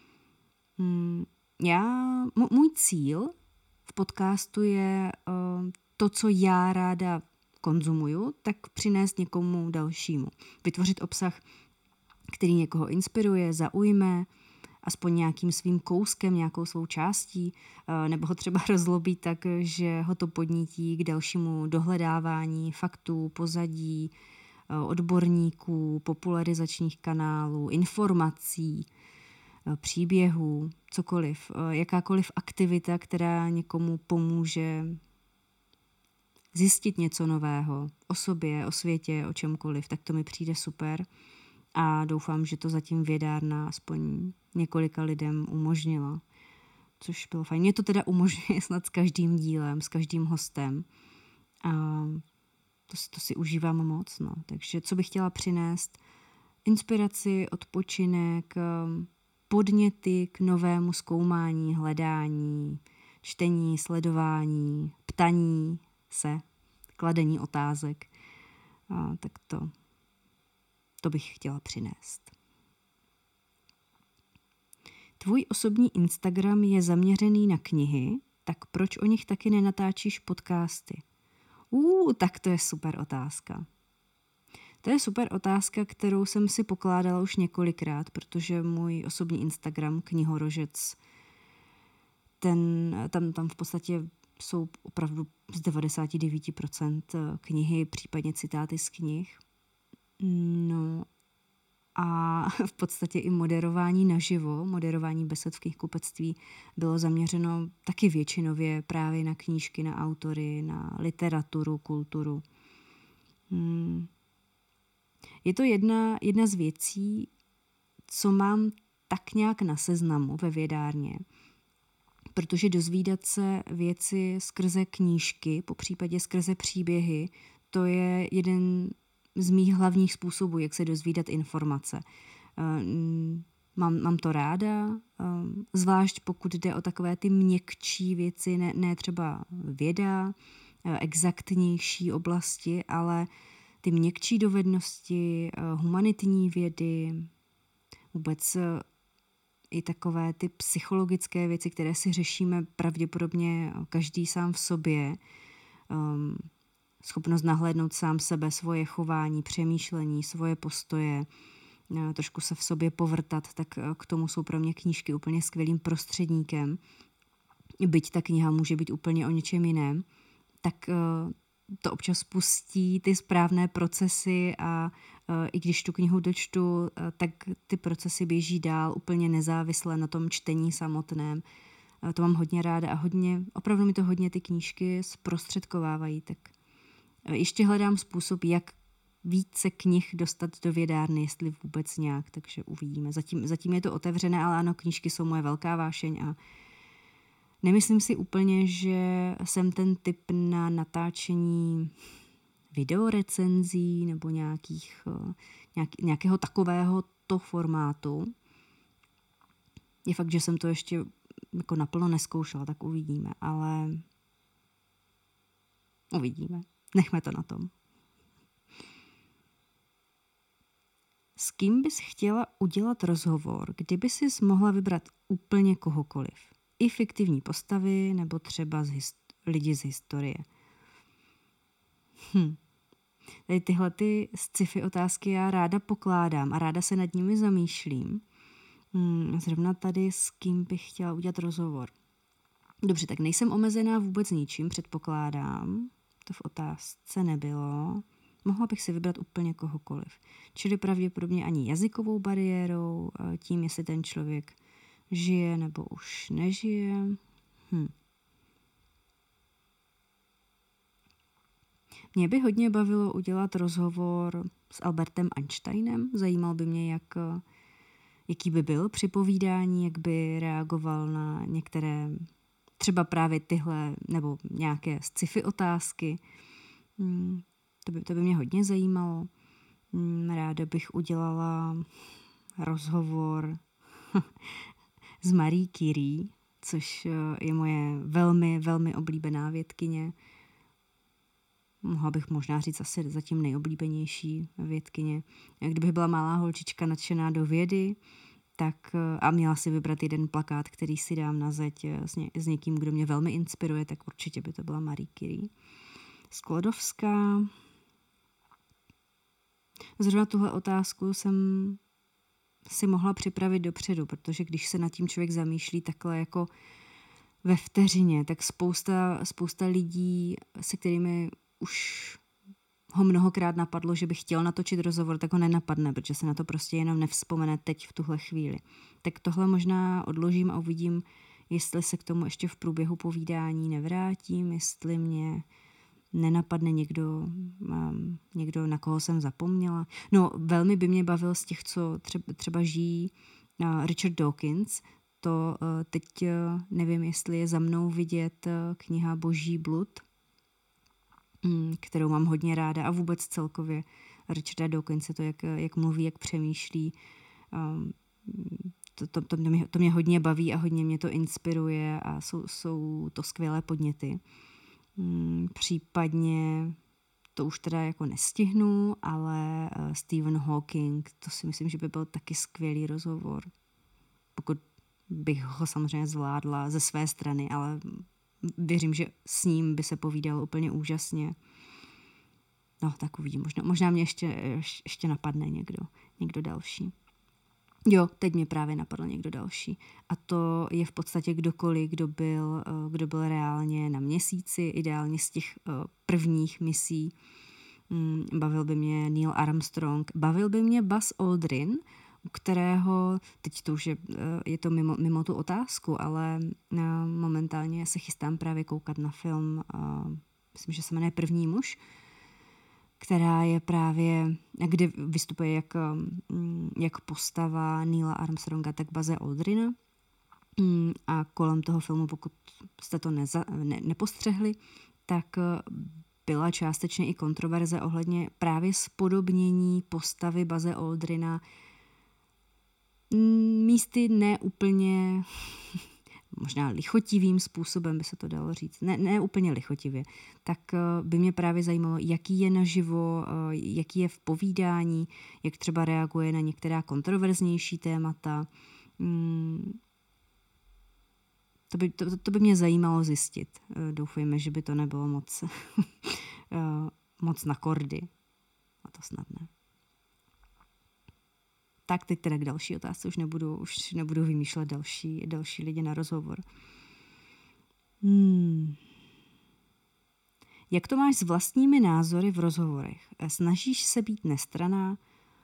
Můj cíl v podcastu je to, co já ráda konzumuju, tak přinést někomu dalšímu. Vytvořit obsah, který někoho inspiruje, zaujme, aspoň nějakým svým kouskem, nějakou svou částí, nebo ho třeba rozlobí tak, že ho to podnítí k dalšímu dohledávání faktů, pozadí, odborníků, popularizačních kanálů, informací, příběhů, cokoliv. Jakákoliv aktivita, která někomu pomůže zjistit něco nového o sobě, o světě, o čemkoliv, tak to mi přijde super. A doufám, že to zatím vědárna aspoň několika lidem umožnila, což bylo fajn. Mě to teda umožňuje snad s každým dílem, s každým hostem a to si užívám moc. No. Takže co bych chtěla přinést? Inspiraci, odpočinek, podněty k novému zkoumání, hledání, čtení, sledování, ptaní se, kladení otázek. Tak to bych chtěla přinést. Tvůj osobní Instagram je zaměřený na knihy, tak proč o nich taky nenatáčíš podcasty? Tak to je super otázka. To je super otázka, kterou jsem si pokládala už několikrát, protože můj osobní Instagram, Knihorožec, tam v podstatě jsou opravdu z 99% knihy, případně citáty z knih. No a v podstatě i moderování naživo, moderování besed v knihkupectví bylo zaměřeno taky většinově právě na knížky, na autory, na literaturu, kulturu. Je to jedna z věcí, co mám tak nějak na seznamu ve vědárně, protože dozvídat se věci skrze knížky, popřípadě skrze příběhy, to je jeden z mých hlavních způsobů, jak se dozvídat informace. Mám to ráda, zvlášť pokud jde o takové ty měkčí věci, ne třeba věda, exaktnější oblasti, ale ty měkčí dovednosti, humanitní vědy, vůbec i takové ty psychologické věci, které si řešíme pravděpodobně každý sám v sobě, schopnost nahlédnout sám sebe, svoje chování, přemýšlení, svoje postoje, trošku se v sobě povrtat, tak k tomu jsou pro mě knížky úplně skvělým prostředníkem. Byť ta kniha může být úplně o něčem jiném, tak to občas pustí ty správné procesy a i když tu knihu dočtu, tak ty procesy běží dál úplně nezávisle na tom čtení samotném. To mám hodně ráda a opravdu mi to hodně ty knížky zprostředkovávají, tak ještě hledám způsob, jak více knih dostat do vědárny, jestli vůbec nějak, takže uvidíme. Zatím je to otevřené, ale ano, knížky jsou moje velká vášeň a nemyslím si úplně, že jsem ten typ na natáčení videorecenzí nebo nějakého takového formátu. Je fakt, že jsem to ještě jako naplno neskoušela, tak uvidíme, ale uvidíme. Nechme to na tom. S kým bys chtěla udělat rozhovor, kdyby sis mohla vybrat úplně kohokoliv? I fiktivní postavy, nebo třeba lidi z historie. Tady tyhle sci-fi otázky já ráda pokládám a ráda se nad nimi zamýšlím. Zrovna tady s kým bych chtěla udělat rozhovor. Dobře, tak nejsem omezená vůbec ničím, předpokládám. To v otázce nebylo. Mohla bych si vybrat úplně kohokoliv. Čili pravděpodobně ani jazykovou bariérou, tím, jestli ten člověk žije nebo už nežije. Mě by hodně bavilo udělat rozhovor s Albertem Einsteinem. Zajímal by mě, jaký by byl při povídání, jak by reagoval na některé, třeba právě tyhle, nebo nějaké sci-fi otázky. To by mě hodně zajímalo. Ráda bych udělala rozhovor s Marie Curie, což je moje velmi, velmi oblíbená vědkyně. Mohla bych možná říct asi zatím nejoblíbenější vědkyně. Kdybych byla malá holčička nadšená do vědy, tak a měla si vybrat jeden plakát, který si dám na zeď s někým, kdo mě velmi inspiruje, tak určitě by to byla Marie Curie. Sklodovská. Zrovna tuhle otázku jsem si mohla připravit dopředu, protože když se nad tím člověk zamýšlí takhle jako ve vteřině, tak spousta lidí, se kterými už ho mnohokrát napadlo, že by chtěl natočit rozhovor, tak ho nenapadne, protože se na to prostě jenom nevzpomene teď v tuhle chvíli. Tak tohle možná odložím a uvidím, jestli se k tomu ještě v průběhu povídání nevrátím, jestli mě nenapadne někdo, na koho jsem zapomněla. No, velmi by mě bavil z těch, co třeba žijí, Richard Dawkins. To teď nevím, jestli je za mnou vidět kniha Boží blud, kterou mám hodně ráda a vůbec celkově Richarda Dawkinse, to, jak mluví, jak přemýšlí. To mě hodně baví a hodně mě to inspiruje a jsou to skvělé podněty. Případně to už teda jako nestihnu, ale Stephen Hawking, to si myslím, že by byl taky skvělý rozhovor. Pokud bych ho samozřejmě zvládla ze své strany, ale věřím, že s ním by se povídalo úplně úžasně. No, tak uvidím. Možná mě ještě napadne někdo další. Jo, teď mě právě napadl někdo další. A to je v podstatě kdokoliv, kdo byl reálně na Měsíci, ideálně z těch prvních misí. Bavil by mě Neil Armstrong, bavil by mě Buzz Aldrin, u kterého, teď to už je to mimo tu otázku, ale momentálně se chystám právě koukat na film, myslím, že se jmenuje První muž, která je právě, kde vystupuje jak postava Neila Armstronga, tak Buzze Aldrina. A kolem toho filmu, pokud jste to nepostřehli, tak byla částečně i kontroverze ohledně právě spodobnění postavy Buzze Aldrina. Místy ne úplně, možná lichotivým způsobem by se to dalo říct, ne úplně lichotivě, tak by mě právě zajímalo, jaký je naživo, jaký je v povídání, jak třeba reaguje na některá kontroverznější témata. To by mě zajímalo zjistit. Doufejme, že by to nebylo moc na kordy. A to snad ne. Tak teď teda k další otázce, už nebudu vymýšlet další lidi na rozhovor. Jak to máš s vlastními názory v rozhovorech? Snažíš se být nestranná?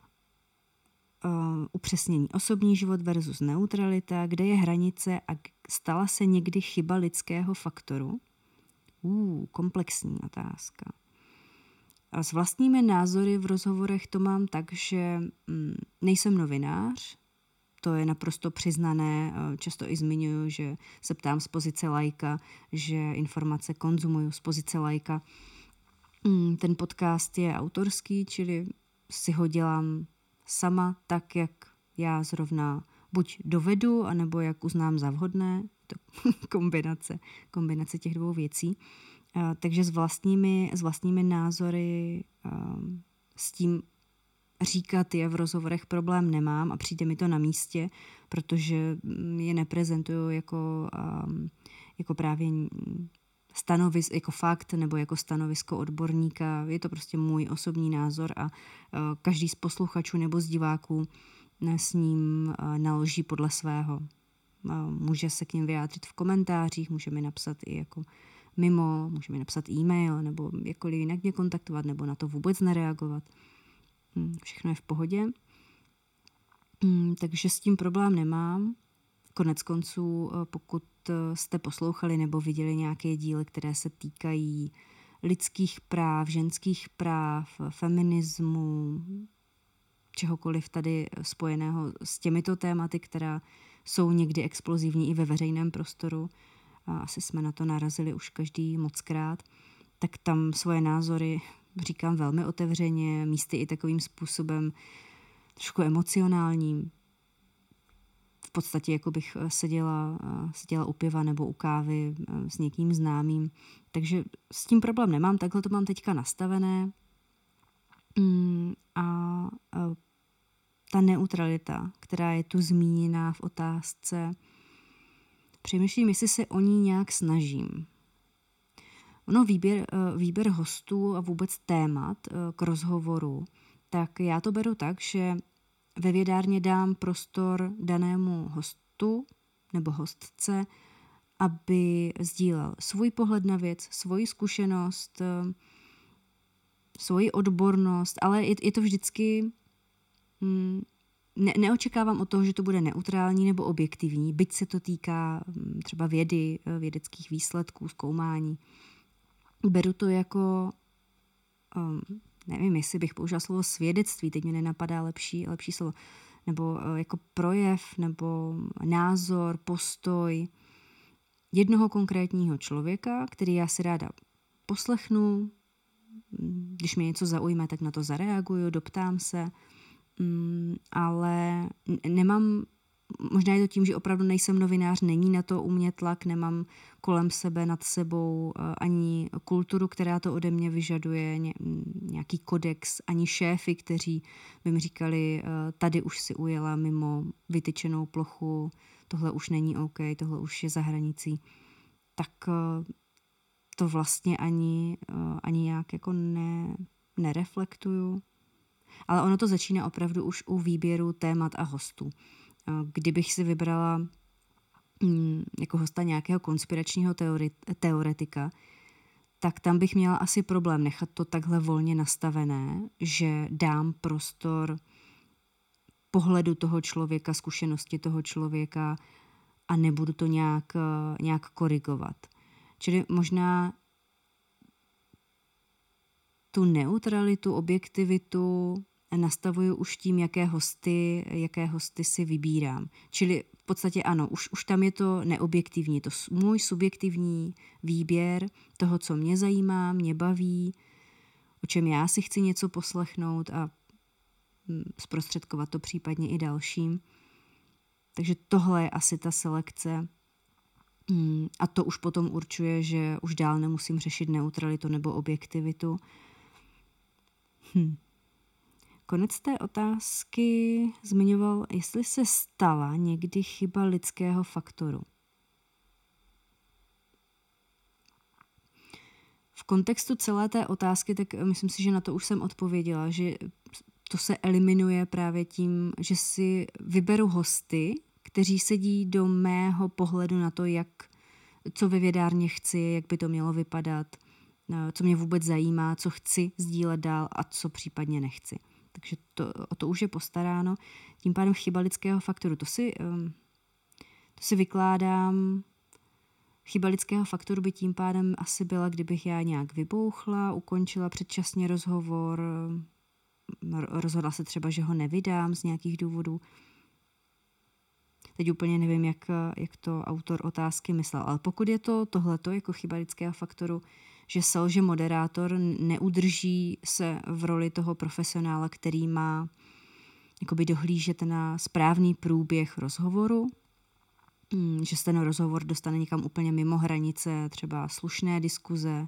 Upřesnění osobní život versus neutralita, kde je hranice a stala se někdy chyba lidského faktoru? Komplexní otázka. A s vlastními názory v rozhovorech to mám tak, že nejsem novinář, to je naprosto přiznané, často i zmiňuji, že se ptám z pozice laika, že informace konzumuju z pozice laika. Ten podcast je autorský, čili si ho dělám sama tak, jak já zrovna buď dovedu, anebo jak uznám za vhodné, to kombinace těch dvou věcí. Takže s vlastními názory, s tím říkat je v rozhovorech problém nemám a přijde mi to na místě, protože je neprezentuju jako právě jako fakt nebo jako stanovisko odborníka. Je to prostě můj osobní názor a každý z posluchačů nebo z diváků s ním naloží podle svého. Může se k ním vyjádřit v komentářích, může mi napsat i jako mimo, může mi napsat e-mail nebo jakkoliv jinak mě kontaktovat nebo na to vůbec nereagovat. Všechno je v pohodě. Takže s tím problém nemám. Konec konců, pokud jste poslouchali nebo viděli nějaké díly, které se týkají lidských práv, ženských práv, feminismu, čehokoliv tady spojeného s těmito tématy, která jsou někdy explozivní i ve veřejném prostoru, a asi jsme na to narazili už každý mockrát, tak tam svoje názory říkám velmi otevřeně, místy i takovým způsobem trošku emocionálním. V podstatě jako bych seděla u piva nebo u kávy s někým známým. Takže s tím problém nemám, takhle to mám teďka nastavené. A ta neutralita, která je tu zmíněná v otázce, přemýšlím, jestli se o ní nějak snažím. Ono výběr hostů a vůbec témat k rozhovoru, tak já to beru tak, že ve vědárně dám prostor danému hostu nebo hostce, aby sdílel svůj pohled na věc, svoji zkušenost, svoji odbornost, ale je to vždycky... Neočekávám od toho, že to bude neutrální nebo objektivní, byť se to týká třeba vědy, vědeckých výsledků, zkoumání. Beru to jako, nevím, jestli bych použila slovo svědectví, teď mi nenapadá lepší slovo, nebo jako projev, nebo názor, postoj jednoho konkrétního člověka, který já si ráda poslechnu, když mě něco zaujme, tak na to zareaguju, doptám se, ale nemám, možná je to tím, že opravdu nejsem novinář, není na to u mě tlak, nemám kolem sebe, nad sebou ani kulturu, která to ode mě vyžaduje, nějaký kodex, ani šéfy, kteří by mi říkali, tady už si ujela mimo vytyčenou plochu, tohle už není OK, tohle už je za hranicí. Tak to vlastně ani nějak jako nereflektuju. Ale ono to začíná opravdu už u výběru témat a hostů. Kdybych si vybrala jako hosta nějakého konspiračního teoretika, tak tam bych měla asi problém nechat to takhle volně nastavené, že dám prostor pohledu toho člověka, zkušenosti toho člověka a nebudu to nějak korigovat. Čili možná tu neutralitu, objektivitu nastavuju už tím, jaké hosty si vybírám. Čili v podstatě ano, už tam je to neobjektivní, to můj subjektivní výběr toho, co mě zajímá, mě baví, o čem já si chci něco poslechnout a zprostředkovat to případně i dalším. Takže tohle je asi ta selekce a to už potom určuje, že už dál nemusím řešit neutralitu nebo objektivitu. Konec té otázky zmiňoval, jestli se stala někdy chyba lidského faktoru. V kontextu celé té otázky, tak myslím si, že na to už jsem odpověděla, že to se eliminuje právě tím, že si vyberu hosty, kteří sedí do mého pohledu na to, co ve vědárně chci, jak by to mělo vypadat, co mě vůbec zajímá, co chci sdílet dál a co případně nechci. Takže o to už je postaráno. Tím pádem chyba lidského faktoru. To si vykládám. Chyba lidského faktoru by tím pádem asi byla, kdybych já nějak vybouchla, ukončila předčasně rozhovor, rozhodla se třeba, že ho nevydám z nějakých důvodů. Teď úplně nevím, jak to autor otázky myslel, ale pokud je to tohleto jako chyba lidského faktoru, že selže moderátor, neudrží se v roli toho profesionála, který má jakoby dohlížet na správný průběh rozhovoru, že se ten rozhovor dostane někam úplně mimo hranice, třeba slušné diskuze,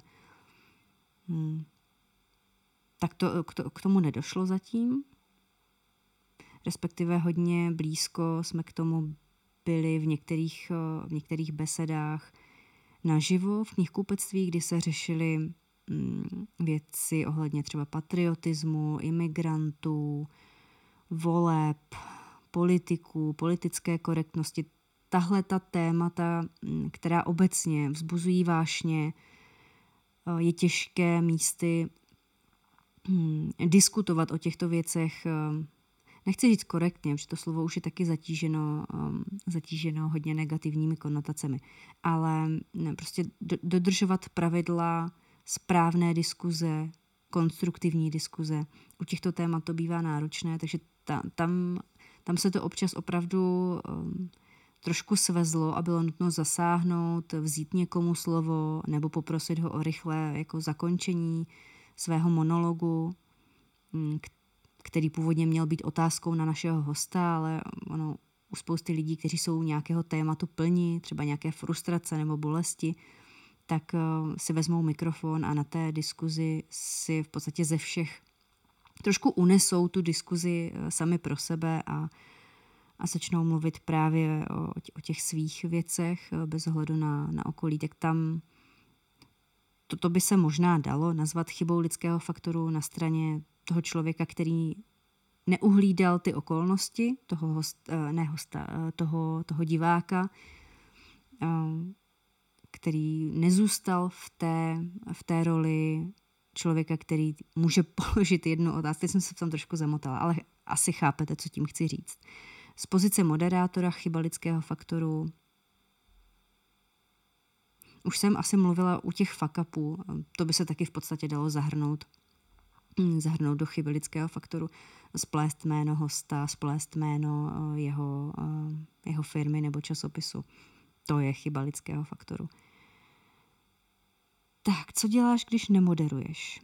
tak k tomu nedošlo zatím. Respektive hodně blízko jsme k tomu byli v některých besedách naživo v knihkupectví, kdy se řešily věci ohledně třeba patriotismu, imigrantů, voleb, politiků, politické korektnosti. Tahle ta témata, která obecně vzbuzují vášně, je těžké místy diskutovat o těchto věcech nechci říct korektně, protože to slovo už je taky zatíženo hodně negativními konotacemi, ale prostě dodržovat pravidla správné diskuze, konstruktivní diskuze. U těchto témat to bývá náročné, takže tam se to občas opravdu trošku svezlo a bylo nutno zasáhnout, vzít někomu slovo nebo poprosit ho o rychlé jako zakončení svého monologu, který původně měl být otázkou na našeho hosta, ale u spousty lidí, kteří jsou nějakého tématu plní, třeba nějaké frustrace nebo bolesti, tak si vezmou mikrofon a na té diskuzi si v podstatě ze všech trošku unesou tu diskuzi sami pro sebe a začnou mluvit právě o těch svých věcech bez ohledu na okolí, tak tam to by se možná dalo nazvat chybou lidského faktoru na straně toho člověka, který neuhlídal ty okolnosti toho diváka, který nezůstal v té roli člověka, který může položit jednu otázku. Teď jsem se tam trošku zamotala, ale asi chápete, co tím chci říct. Z pozice moderátora chyba lidského faktoru. Už jsem asi mluvila u těch fuck-upů, to by se taky v podstatě dalo zahrnout do chyby lidského faktoru, splést jméno hosta, splést jméno jeho firmy nebo časopisu. To je chyba lidského faktoru. Tak, co děláš, když nemoderuješ?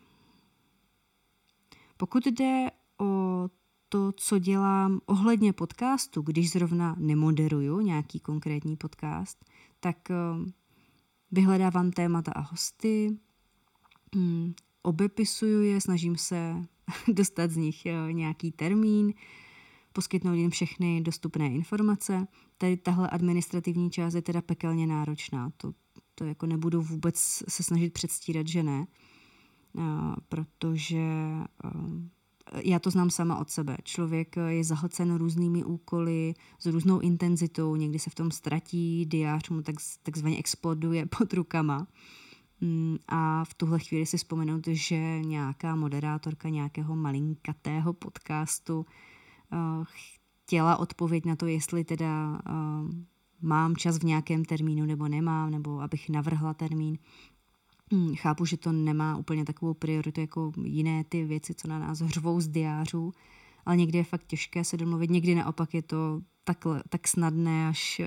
Pokud jde o to, co dělám ohledně podcastu, když zrovna nemoderuju nějaký konkrétní podcast, tak vyhledávám témata a hosty, obepisuju je, snažím se dostat z nich nějaký termín, poskytnout jim všechny dostupné informace. Tady tahle administrativní část je teda pekelně náročná. To jako nebudu vůbec se snažit předstírat, že ne, protože já to znám sama od sebe. Člověk je zahlcen různými úkoly, s různou intenzitou, někdy se v tom ztratí, diář mu takzvaně exploduje pod rukama. A v tuhle chvíli si vzpomenout, že nějaká moderátorka nějakého malinkatého podcastu chtěla odpověď na to, jestli teda mám čas v nějakém termínu nebo nemám, nebo abych navrhla termín. Chápu, že to nemá úplně takovou prioritu jako jiné ty věci, co na nás hřvou z diářů, ale někdy je fakt těžké se domluvit, někdy naopak je to tak snadné, až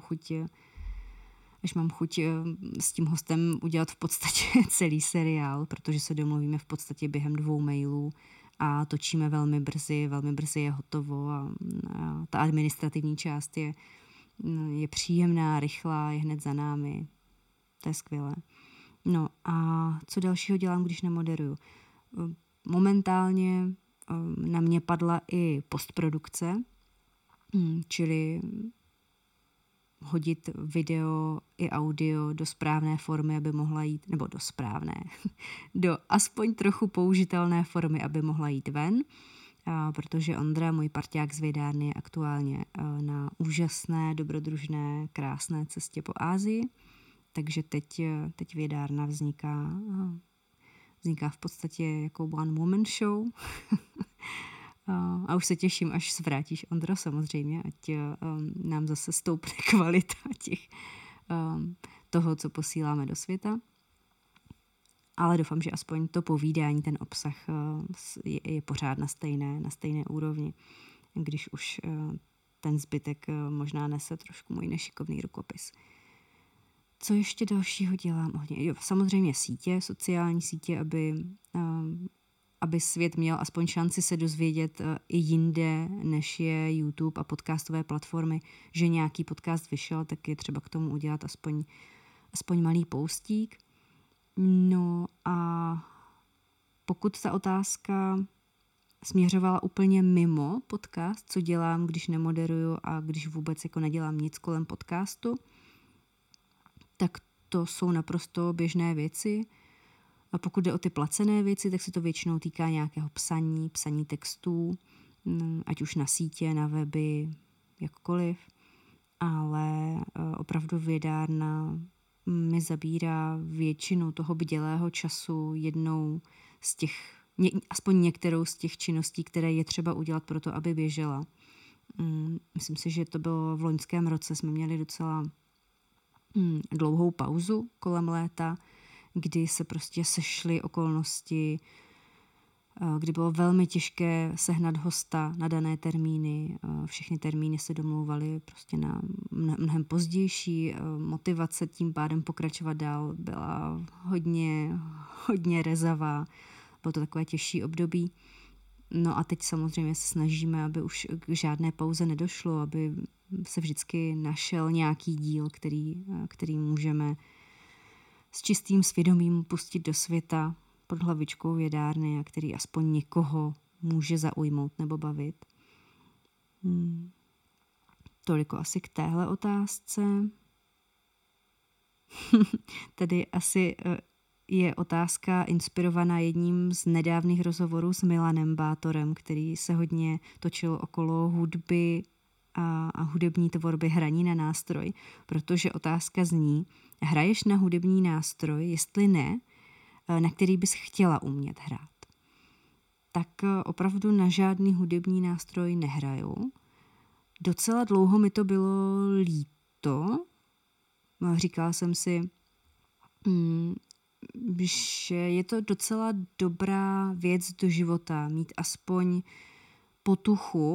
mám chuť s tím hostem udělat v podstatě celý seriál, protože se domluvíme v podstatě během 2 mailů a točíme velmi brzy je hotovo a ta administrativní část je příjemná, rychlá, je hned za námi. To je skvělé. No a co dalšího dělám, když nemoderuju? Momentálně na mě padla i postprodukce, čili hodit video i audio do správné formy, aby mohla jít, nebo do správné, do aspoň trochu použitelné formy, aby mohla jít ven, protože Ondra, můj parťák z vědárny, je aktuálně na úžasné, dobrodružné, krásné cestě po Asii, takže teď vědárna vzniká v podstatě jako one woman show. A už se těším, až zvrátíš, Ondro, samozřejmě, ať nám zase stoupne kvalita toho, co posíláme do světa. Ale doufám, že aspoň to povídání, ten obsah je pořád na stejné úrovni, když už ten zbytek možná nese trošku můj nešikovný rukopis. Co ještě dalšího dělám? Samozřejmě sociální sítě, aby svět měl aspoň šanci se dozvědět i jinde, než je YouTube a podcastové platformy, že nějaký podcast vyšel, tak je třeba k tomu udělat aspoň malý postík. No a pokud ta otázka směřovala úplně mimo podcast, co dělám, když nemoderuju a když vůbec jako nedělám nic kolem podcastu, tak to jsou naprosto běžné věci. A pokud jde o ty placené věci, tak se to většinou týká nějakého psaní textů, ať už na sítě, na weby, jakkoliv. Ale opravdu vědárna mi zabírá většinu toho bdělého času jednou z těch aspoň některou z těch činností, které je třeba udělat pro to, aby běžela. Myslím si, že to bylo v loňském roce, jsme měli docela dlouhou pauzu kolem léta, kdy se prostě sešly okolnosti, kdy bylo velmi těžké sehnat hosta na dané termíny. Všechny termíny se domlouvaly prostě na mnohem pozdější. Motivace tím pádem pokračovat dál byla hodně rezavá. Bylo to takové těžší období. No a teď samozřejmě se snažíme, aby už k žádné pauze nedošlo, aby se vždycky našel nějaký díl, který můžeme s čistým svědomím pustit do světa pod hlavičkou jedárny a který aspoň někoho může zaujmout nebo bavit. Toliko asi k téhle otázce. Tady asi je otázka inspirovaná jedním z nedávných rozhovorů s Milanem Bátorem, který se hodně točil okolo hudby a hudební tvorby hraní na nástroj, protože otázka zní, hraješ na hudební nástroj, jestli ne, na který bys chtěla umět hrát. Tak opravdu na žádný hudební nástroj nehraju. Docela dlouho mi to bylo líto. Říkala jsem si, že je to docela dobrá věc do života, mít aspoň potuchu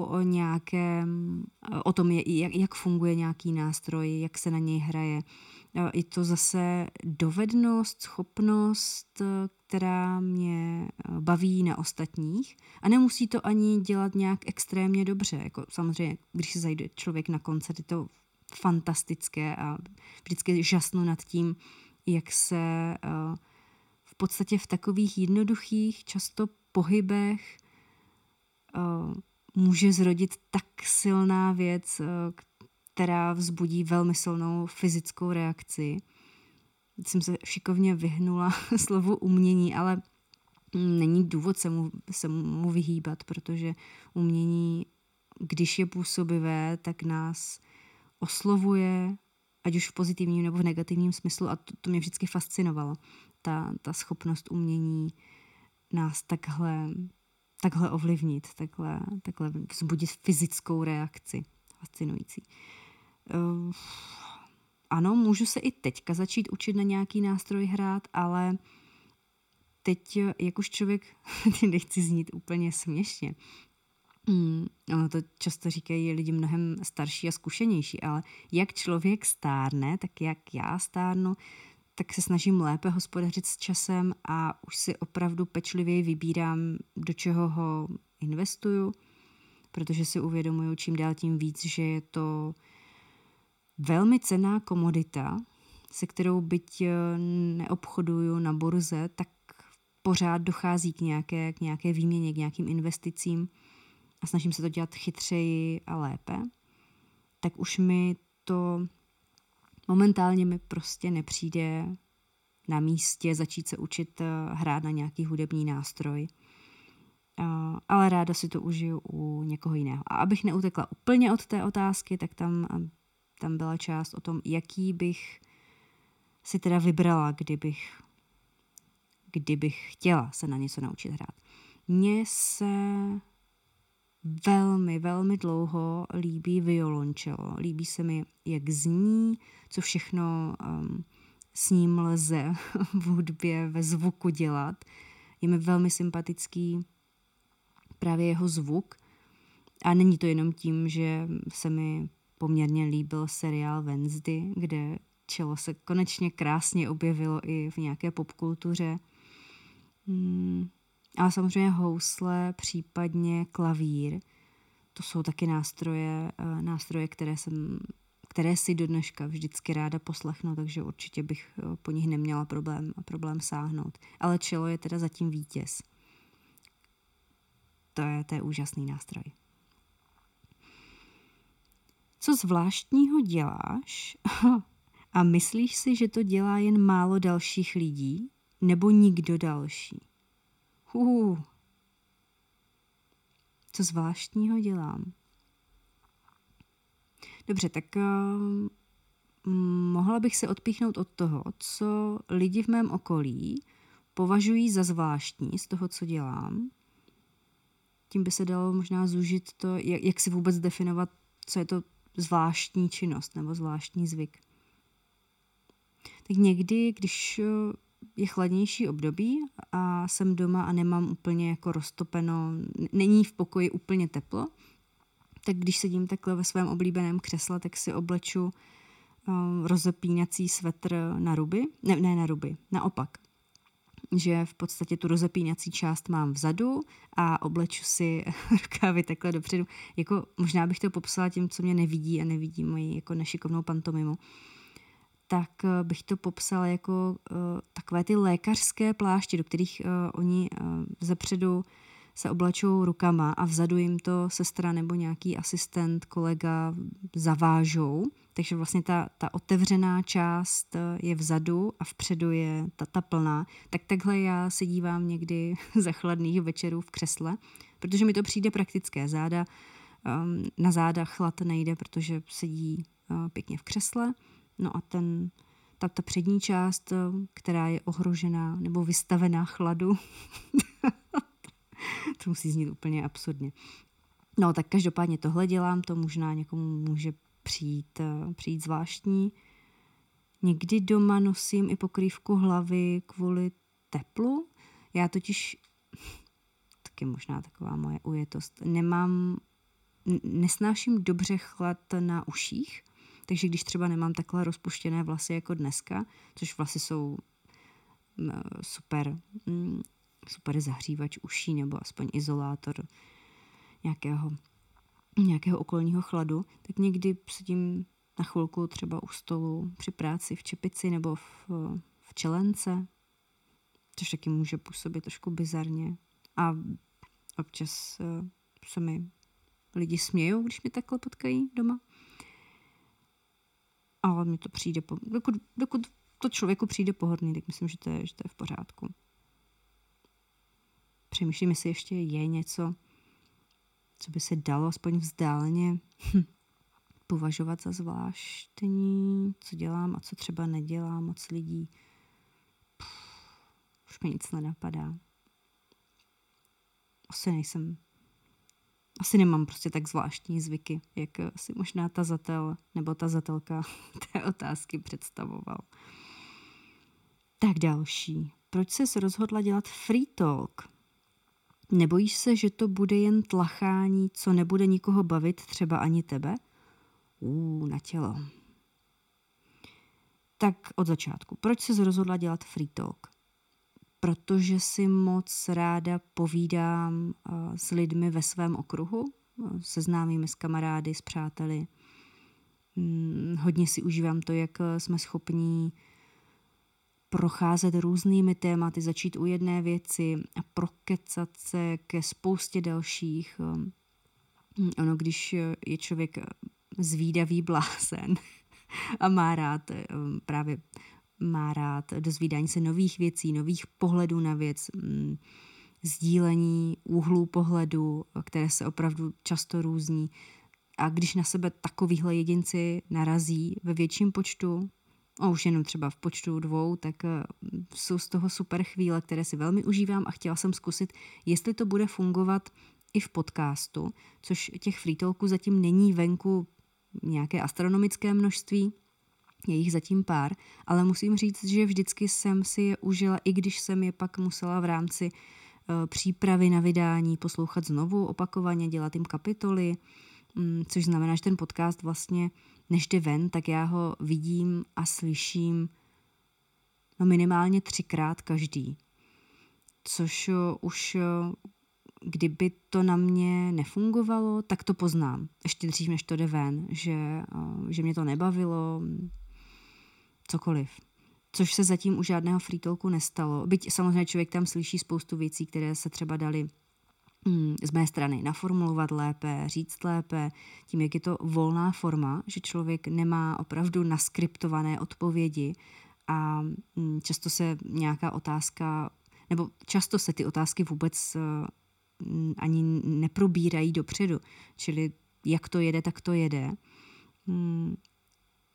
o tom, jak funguje nějaký nástroj, jak se na něj hraje. Je to zase dovednost, schopnost, která mě baví na ostatních a nemusí to ani dělat nějak extrémně dobře. Jako samozřejmě, když se zajde člověk na koncert, je to fantastické a vždycky žasnu nad tím, jak se v podstatě v takových jednoduchých, často pohybech může zrodit tak silná věc, která vzbudí velmi silnou fyzickou reakci. Teď jsem se šikovně vyhnula slovu umění, ale není důvod se mu vyhýbat, protože umění, když je působivé, tak nás oslovuje, ať už v pozitivním nebo v negativním smyslu, a to mě vždycky fascinovalo. Ta schopnost umění nás takhle ovlivnit, takhle vzbudit fyzickou reakci. Fascinující. Ano, můžu se i teďka začít učit na nějaký nástroj hrát, ale teď, jak už člověk, nechci znít úplně směšně, ono to často říkají lidi mnohem starší a zkušenější, ale jak člověk stárne, tak jak já stárnu, tak se snažím lépe hospodařit s časem a už si opravdu pečlivěji vybírám, do čeho ho investuju, protože si uvědomuju čím dál tím víc, že je to velmi cenná komodita, se kterou byť neobchoduju na burze, tak pořád dochází k nějaké výměně, k nějakým investicím a snažím se to dělat chytřeji a lépe, tak už momentálně mi prostě nepřijde na místě začít se učit hrát na nějaký hudební nástroj. Ale ráda si to užiju u někoho jiného. A abych neutekla úplně od té otázky, tak tam byla část o tom, jaký bych si teda vybrala, kdybych chtěla se na něco naučit hrát. Mně se velmi, velmi dlouho líbí violoncello. Líbí se mi, jak zní, co všechno s ním lze v hudbě, ve zvuku dělat. Je mi velmi sympatický právě jeho zvuk. A není to jenom tím, že se mi poměrně líbil seriál Wednesday, kde cello se konečně krásně objevilo i v nějaké popkultuře. Ale samozřejmě housle, případně klavír. To jsou taky nástroje, které si do dneška vždycky ráda poslechnu, takže určitě bych po nich neměla problém sáhnout. Ale cello je teda zatím vítěz. To je úžasný nástroj. Co zvláštního děláš a myslíš si, že to dělá jen málo dalších lidí nebo nikdo další? Co zvláštního dělám? Dobře, tak mohla bych se odpíchnout od toho, co lidi v mém okolí považují za zvláštní z toho, co dělám. Tím by se dalo možná zúžit to, jak si vůbec definovat, co je to zvláštní činnost nebo zvláštní zvyk. Tak někdy, když je chladnější období a jsem doma a nemám úplně jako roztopeno, není v pokoji úplně teplo, tak když sedím takhle ve svém oblíbeném křesle, tak si obleču rozepínací svetr na ruby. Ne na ruby, naopak. Že v podstatě tu rozepínací část mám vzadu a obleču si rukávy takhle dopředu. Jako možná bych to popsala tím, co mě nevidí a nevidí moji jako nešikovnou pantomimu. Tak bych to popsala jako takové ty lékařské pláště, do kterých oni zepředu se oblečou rukama a vzadu jim to sestra nebo nějaký asistent, kolega zavážou. Takže vlastně ta otevřená část je vzadu a vpředu je ta plná. Tak takhle já se dívám někdy za chladných večerů v křesle, protože mi to přijde praktické. Na záda chlad nejde, protože sedí pěkně v křesle. No a ta přední část, která je ohrožená nebo vystavená chladu, to musí znít úplně absurdně. No tak každopádně tohle dělám, to možná někomu může přijít zvláštní. Někdy doma nosím i pokrývku hlavy kvůli teplu. Já totiž, taky možná taková moje ujetost, nesnáším dobře chlad na uších, takže když třeba nemám takhle rozpuštěné vlasy jako dneska, což vlasy jsou super zahřívač uší nebo aspoň izolátor nějakého okolního chladu, tak někdy sedím na chvilku třeba u stolu při práci v čepici nebo v čelence, což taky může působit trošku bizarně. A občas se mi lidi smějou, když mě takhle potkají doma. Ale mi to přijde, dokud to člověku přijde pohodlný, tak myslím, že to je v pořádku. Přemýšlím, jestli ještě je něco, co by se dalo aspoň vzdáleně považovat za zvláštní, co dělám a co třeba nedělám moc lidí. Už mi nic nenapadá. Asi nemám prostě tak zvláštní zvyky, jak si možná tazatel nebo tazatelka té otázky představoval. Tak další. Proč ses rozhodla dělat free talk? Nebojíš se, že to bude jen tlachání, co nebude nikoho bavit, třeba ani tebe? Na tělo. Tak od začátku. Proč ses rozhodla dělat free talk? Protože si moc ráda povídám s lidmi ve svém okruhu, se známými, s kamarády, s přáteli. Hodně si užívám to, jak jsme schopní procházet různými tématy, začít u jedné věci a prokecat se ke spoustě dalších. Ono, když je člověk zvídavý blázen a má rád dozvídání se nových věcí, nových pohledů na věc, sdílení úhlů pohledu, které se opravdu často různí. A když na sebe takovýhle jedinci narazí ve větším počtu, a už jenom třeba v počtu 2, tak jsou z toho super chvíle, které si velmi užívám a chtěla jsem zkusit, jestli to bude fungovat i v podcastu, což těch free talků zatím není venku nějaké astronomické množství, je jich zatím pár, ale musím říct, že vždycky jsem si je užila, i když jsem je pak musela v rámci přípravy na vydání poslouchat znovu, opakovaně, dělat jim kapitoly, což znamená, že ten podcast vlastně, než jde ven, tak já ho vidím a slyším minimálně 3krát každý. Což už kdyby to na mě nefungovalo, tak to poznám. Ještě dřív, než to jde ven, že mě to nebavilo, cokoliv. Což se zatím u žádného free talku nestalo. Byť samozřejmě člověk tam slyší spoustu věcí, které se třeba daly z mé strany naformulovat lépe, říct lépe, tím, jak je to volná forma, že člověk nemá opravdu naskriptované odpovědi a často se nějaká otázka, nebo často se ty otázky vůbec ani neprobírají dopředu, čili jak to jede, tak to jede.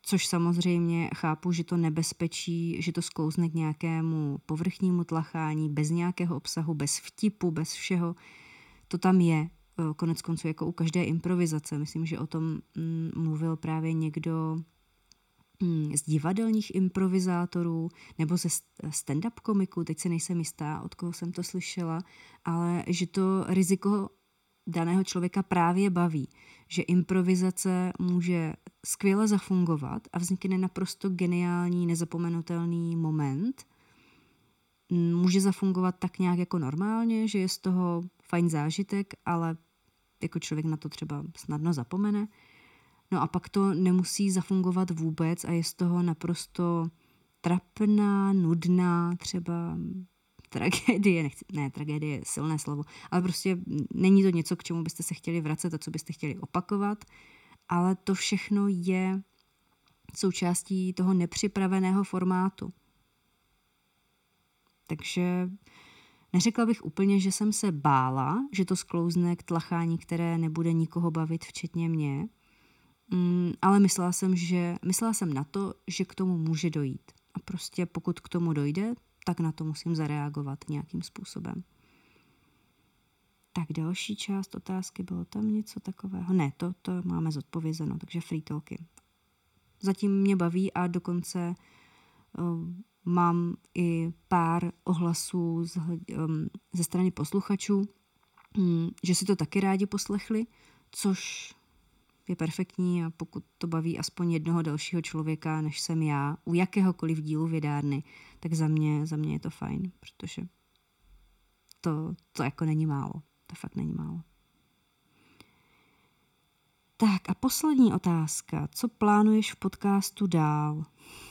Což samozřejmě chápu, že to nebezpečí, že to sklouzne k nějakému povrchnímu tlachání, bez nějakého obsahu, bez vtipu, bez všeho. To tam je, konec konců jako u každé improvizace. Myslím, že o tom mluvil právě někdo z divadelních improvizátorů nebo ze stand-up komiků, teď se nejsem jistá, od koho jsem to slyšela, ale že to riziko daného člověka právě baví, že improvizace může skvěle zafungovat a vznikne naprosto geniální, nezapomenutelný moment. Může zafungovat tak nějak jako normálně, že je z toho fajn zážitek, ale jako člověk na to třeba snadno zapomene. No a pak to nemusí zafungovat vůbec a je z toho naprosto trapná, nudná, třeba tragédie, tragédie je silné slovo, ale prostě není to něco, k čemu byste se chtěli vracet a co byste chtěli opakovat, ale to všechno je součástí toho nepřipraveného formátu. Takže neřekla bych úplně, že jsem se bála, že to sklouzne k tlachání, které nebude nikoho bavit, včetně mě, ale myslela jsem na to, že k tomu může dojít. A prostě pokud k tomu dojde, tak na to musím zareagovat nějakým způsobem. Tak další část otázky, bylo tam něco takového? Ne, to máme zodpovězeno, takže free talky. Zatím mě baví a dokonce mám i pár ohlasů ze strany posluchačů, že si to taky rádi poslechli, což je perfektní a pokud to baví aspoň jednoho dalšího člověka, než jsem já, u jakéhokoliv dílu Vědárny, tak za mě je to fajn, protože to jako není málo. To fakt není málo. Tak a poslední otázka. Co plánuješ v podcastu dál?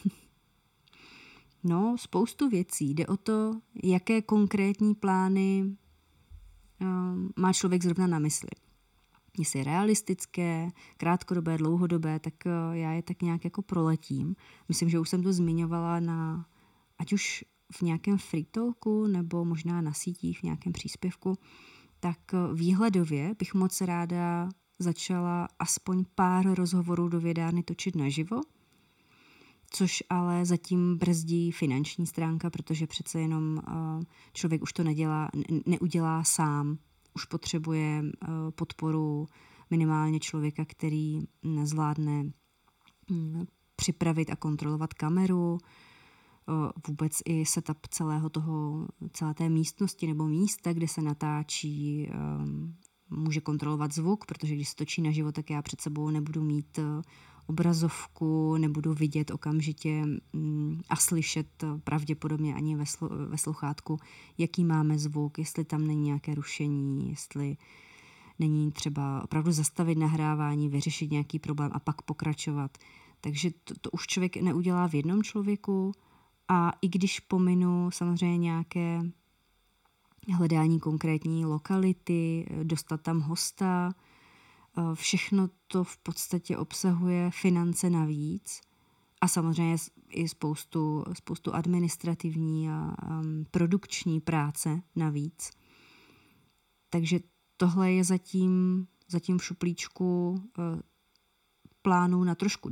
No, spoustu věcí. Jde o to, jaké konkrétní plány má člověk zrovna na mysli. Jestli realistické, krátkodobé, dlouhodobé, tak já je tak nějak jako proletím. Myslím, že už jsem to zmiňovala ať už v nějakém free talku, nebo možná na sítích v nějakém příspěvku, tak výhledově bych moc ráda začala aspoň pár rozhovorů do Vědárny točit naživo, což ale zatím brzdí finanční stránka, protože přece jenom člověk už to neudělá sám. Už potřebuje podporu minimálně člověka, který zvládne připravit a kontrolovat kameru, vůbec i setup celé té místnosti nebo místa, kde se natáčí, může kontrolovat zvuk, protože když se točí naživo, tak já před sebou nebudu mít obrazovku, nebudu vidět okamžitě a slyšet pravděpodobně ani ve sluchátku, jaký máme zvuk, jestli tam není nějaké rušení, jestli není třeba opravdu zastavit nahrávání, vyřešit nějaký problém a pak pokračovat. Takže to už člověk neudělá v jednom člověku a i když pominu samozřejmě nějaké hledání konkrétní lokality, dostat tam hosta, všechno to v podstatě obsahuje finance navíc a samozřejmě i spoustu administrativní a produkční práce navíc. Takže tohle je zatím v šuplíčku plánů na trošku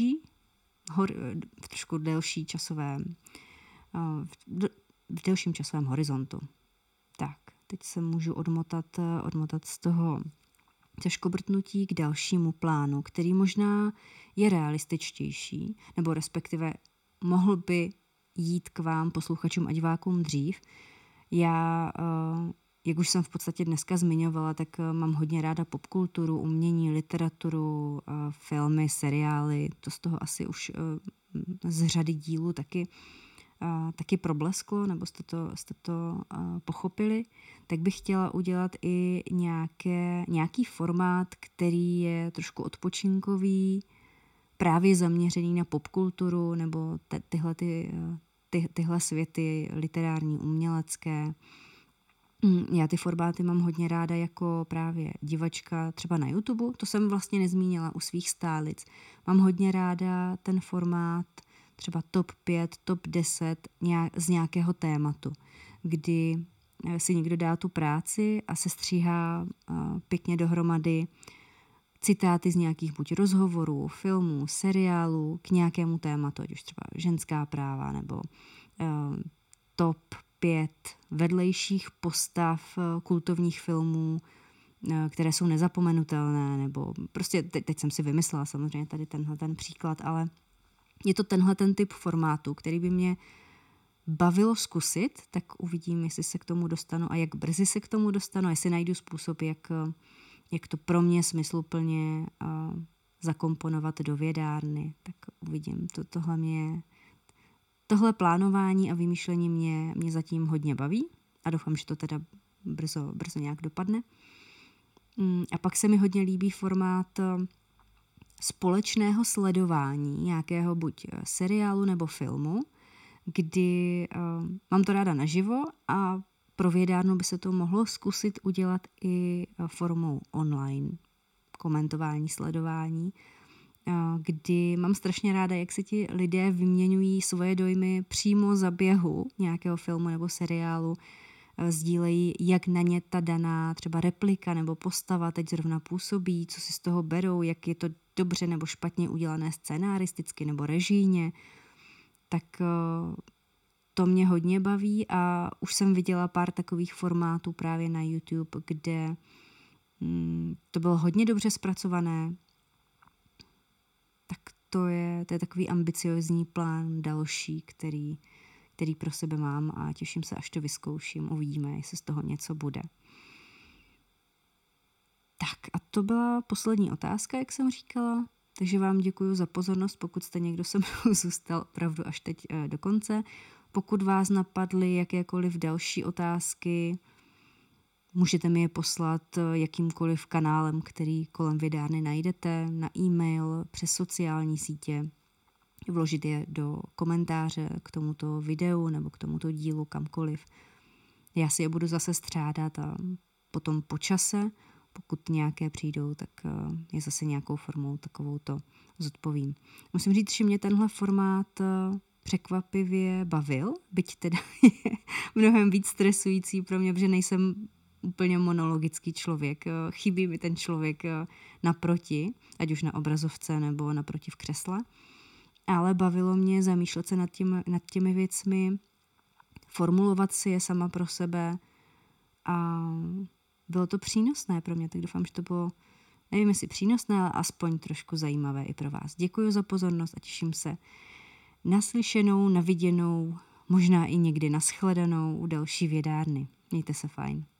v delším časovém horizontu. Tak, teď se můžu odmotat z toho škobrtnutí k dalšímu plánu, který možná je realističtější, nebo respektive mohl by jít k vám, posluchačům a divákům dřív. Já, jak už jsem v podstatě dneska zmiňovala, tak mám hodně ráda popkulturu, umění, literaturu, filmy, seriály. To z toho asi už z řady dílů taky problesklo, nebo jste to pochopili, tak bych chtěla udělat i nějaký formát, který je trošku odpočinkový, právě zaměřený na popkulturu nebo tyhle světy literární, umělecké. Já ty formáty mám hodně ráda jako právě divačka třeba na YouTube, to jsem vlastně nezmínila u svých stálic. Mám hodně ráda ten formát třeba top 5, top 10 z nějakého tématu, kdy si někdo dá tu práci a sestříhá pěkně dohromady citáty z nějakých buď rozhovorů, filmů, seriálů k nějakému tématu, ať už třeba ženská práva nebo top 5 vedlejších postav kultovních filmů, které jsou nezapomenutelné, nebo prostě teď jsem si vymyslela samozřejmě tady tenhle ten příklad, ale je to tenhle ten typ formátu, který by mě bavilo zkusit, tak uvidím, jestli se k tomu dostanu a jak brzy se k tomu dostanu, jestli najdu způsob, jak to pro mě smysluplně zakomponovat do vědárny, tak uvidím. Tohle plánování a vymýšlení mě zatím hodně baví a doufám, že to teda brzo nějak dopadne. A pak se mi hodně líbí formát společného sledování nějakého buď seriálu nebo filmu, kdy mám to ráda naživo a pro vědárnu by se to mohlo zkusit udělat i formou online komentování, sledování, kdy mám strašně ráda, jak se ti lidé vyměňují svoje dojmy přímo za běhu nějakého filmu nebo seriálu, sdílejí, jak na ně ta daná třeba replika nebo postava teď zrovna působí, co si z toho berou, jak je to dobře nebo špatně udělané scénaristicky nebo režijně, tak to mě hodně baví a už jsem viděla pár takových formátů právě na YouTube, kde to bylo hodně dobře zpracované. Tak to je takový ambiciozní plán další, který pro sebe mám a těším se, až to vyzkouším. Uvidíme, jestli z toho něco bude. Tak a to byla poslední otázka, jak jsem říkala. Takže vám děkuji za pozornost, pokud jste někdo se mnou zůstal opravdu až teď do konce. Pokud vás napadly jakékoliv další otázky, můžete mi je poslat jakýmkoliv kanálem, který kolem vědárny najdete, na e-mail, přes sociální sítě, vložit je do komentáře k tomuto videu nebo k tomuto dílu, kamkoliv. Já si je budu zase střádat a potom po čase, pokud nějaké přijdou, tak je zase nějakou formou takovou to zodpovím. Musím říct, že mě tenhle formát překvapivě bavil, byť teda je mnohem víc stresující pro mě, protože nejsem úplně monologický člověk. Chybí mi ten člověk naproti, ať už na obrazovce nebo naproti v křesle. Ale bavilo mě zamýšlet se nad těmi věcmi, formulovat si je sama pro sebe a bylo to přínosné pro mě, tak doufám, že to bylo, nevím jestli přínosné, ale aspoň trošku zajímavé i pro vás. Děkuji za pozornost a těším se na slyšenou, na viděnou, možná i někdy na shledanou u další vědárny. Mějte se fajn.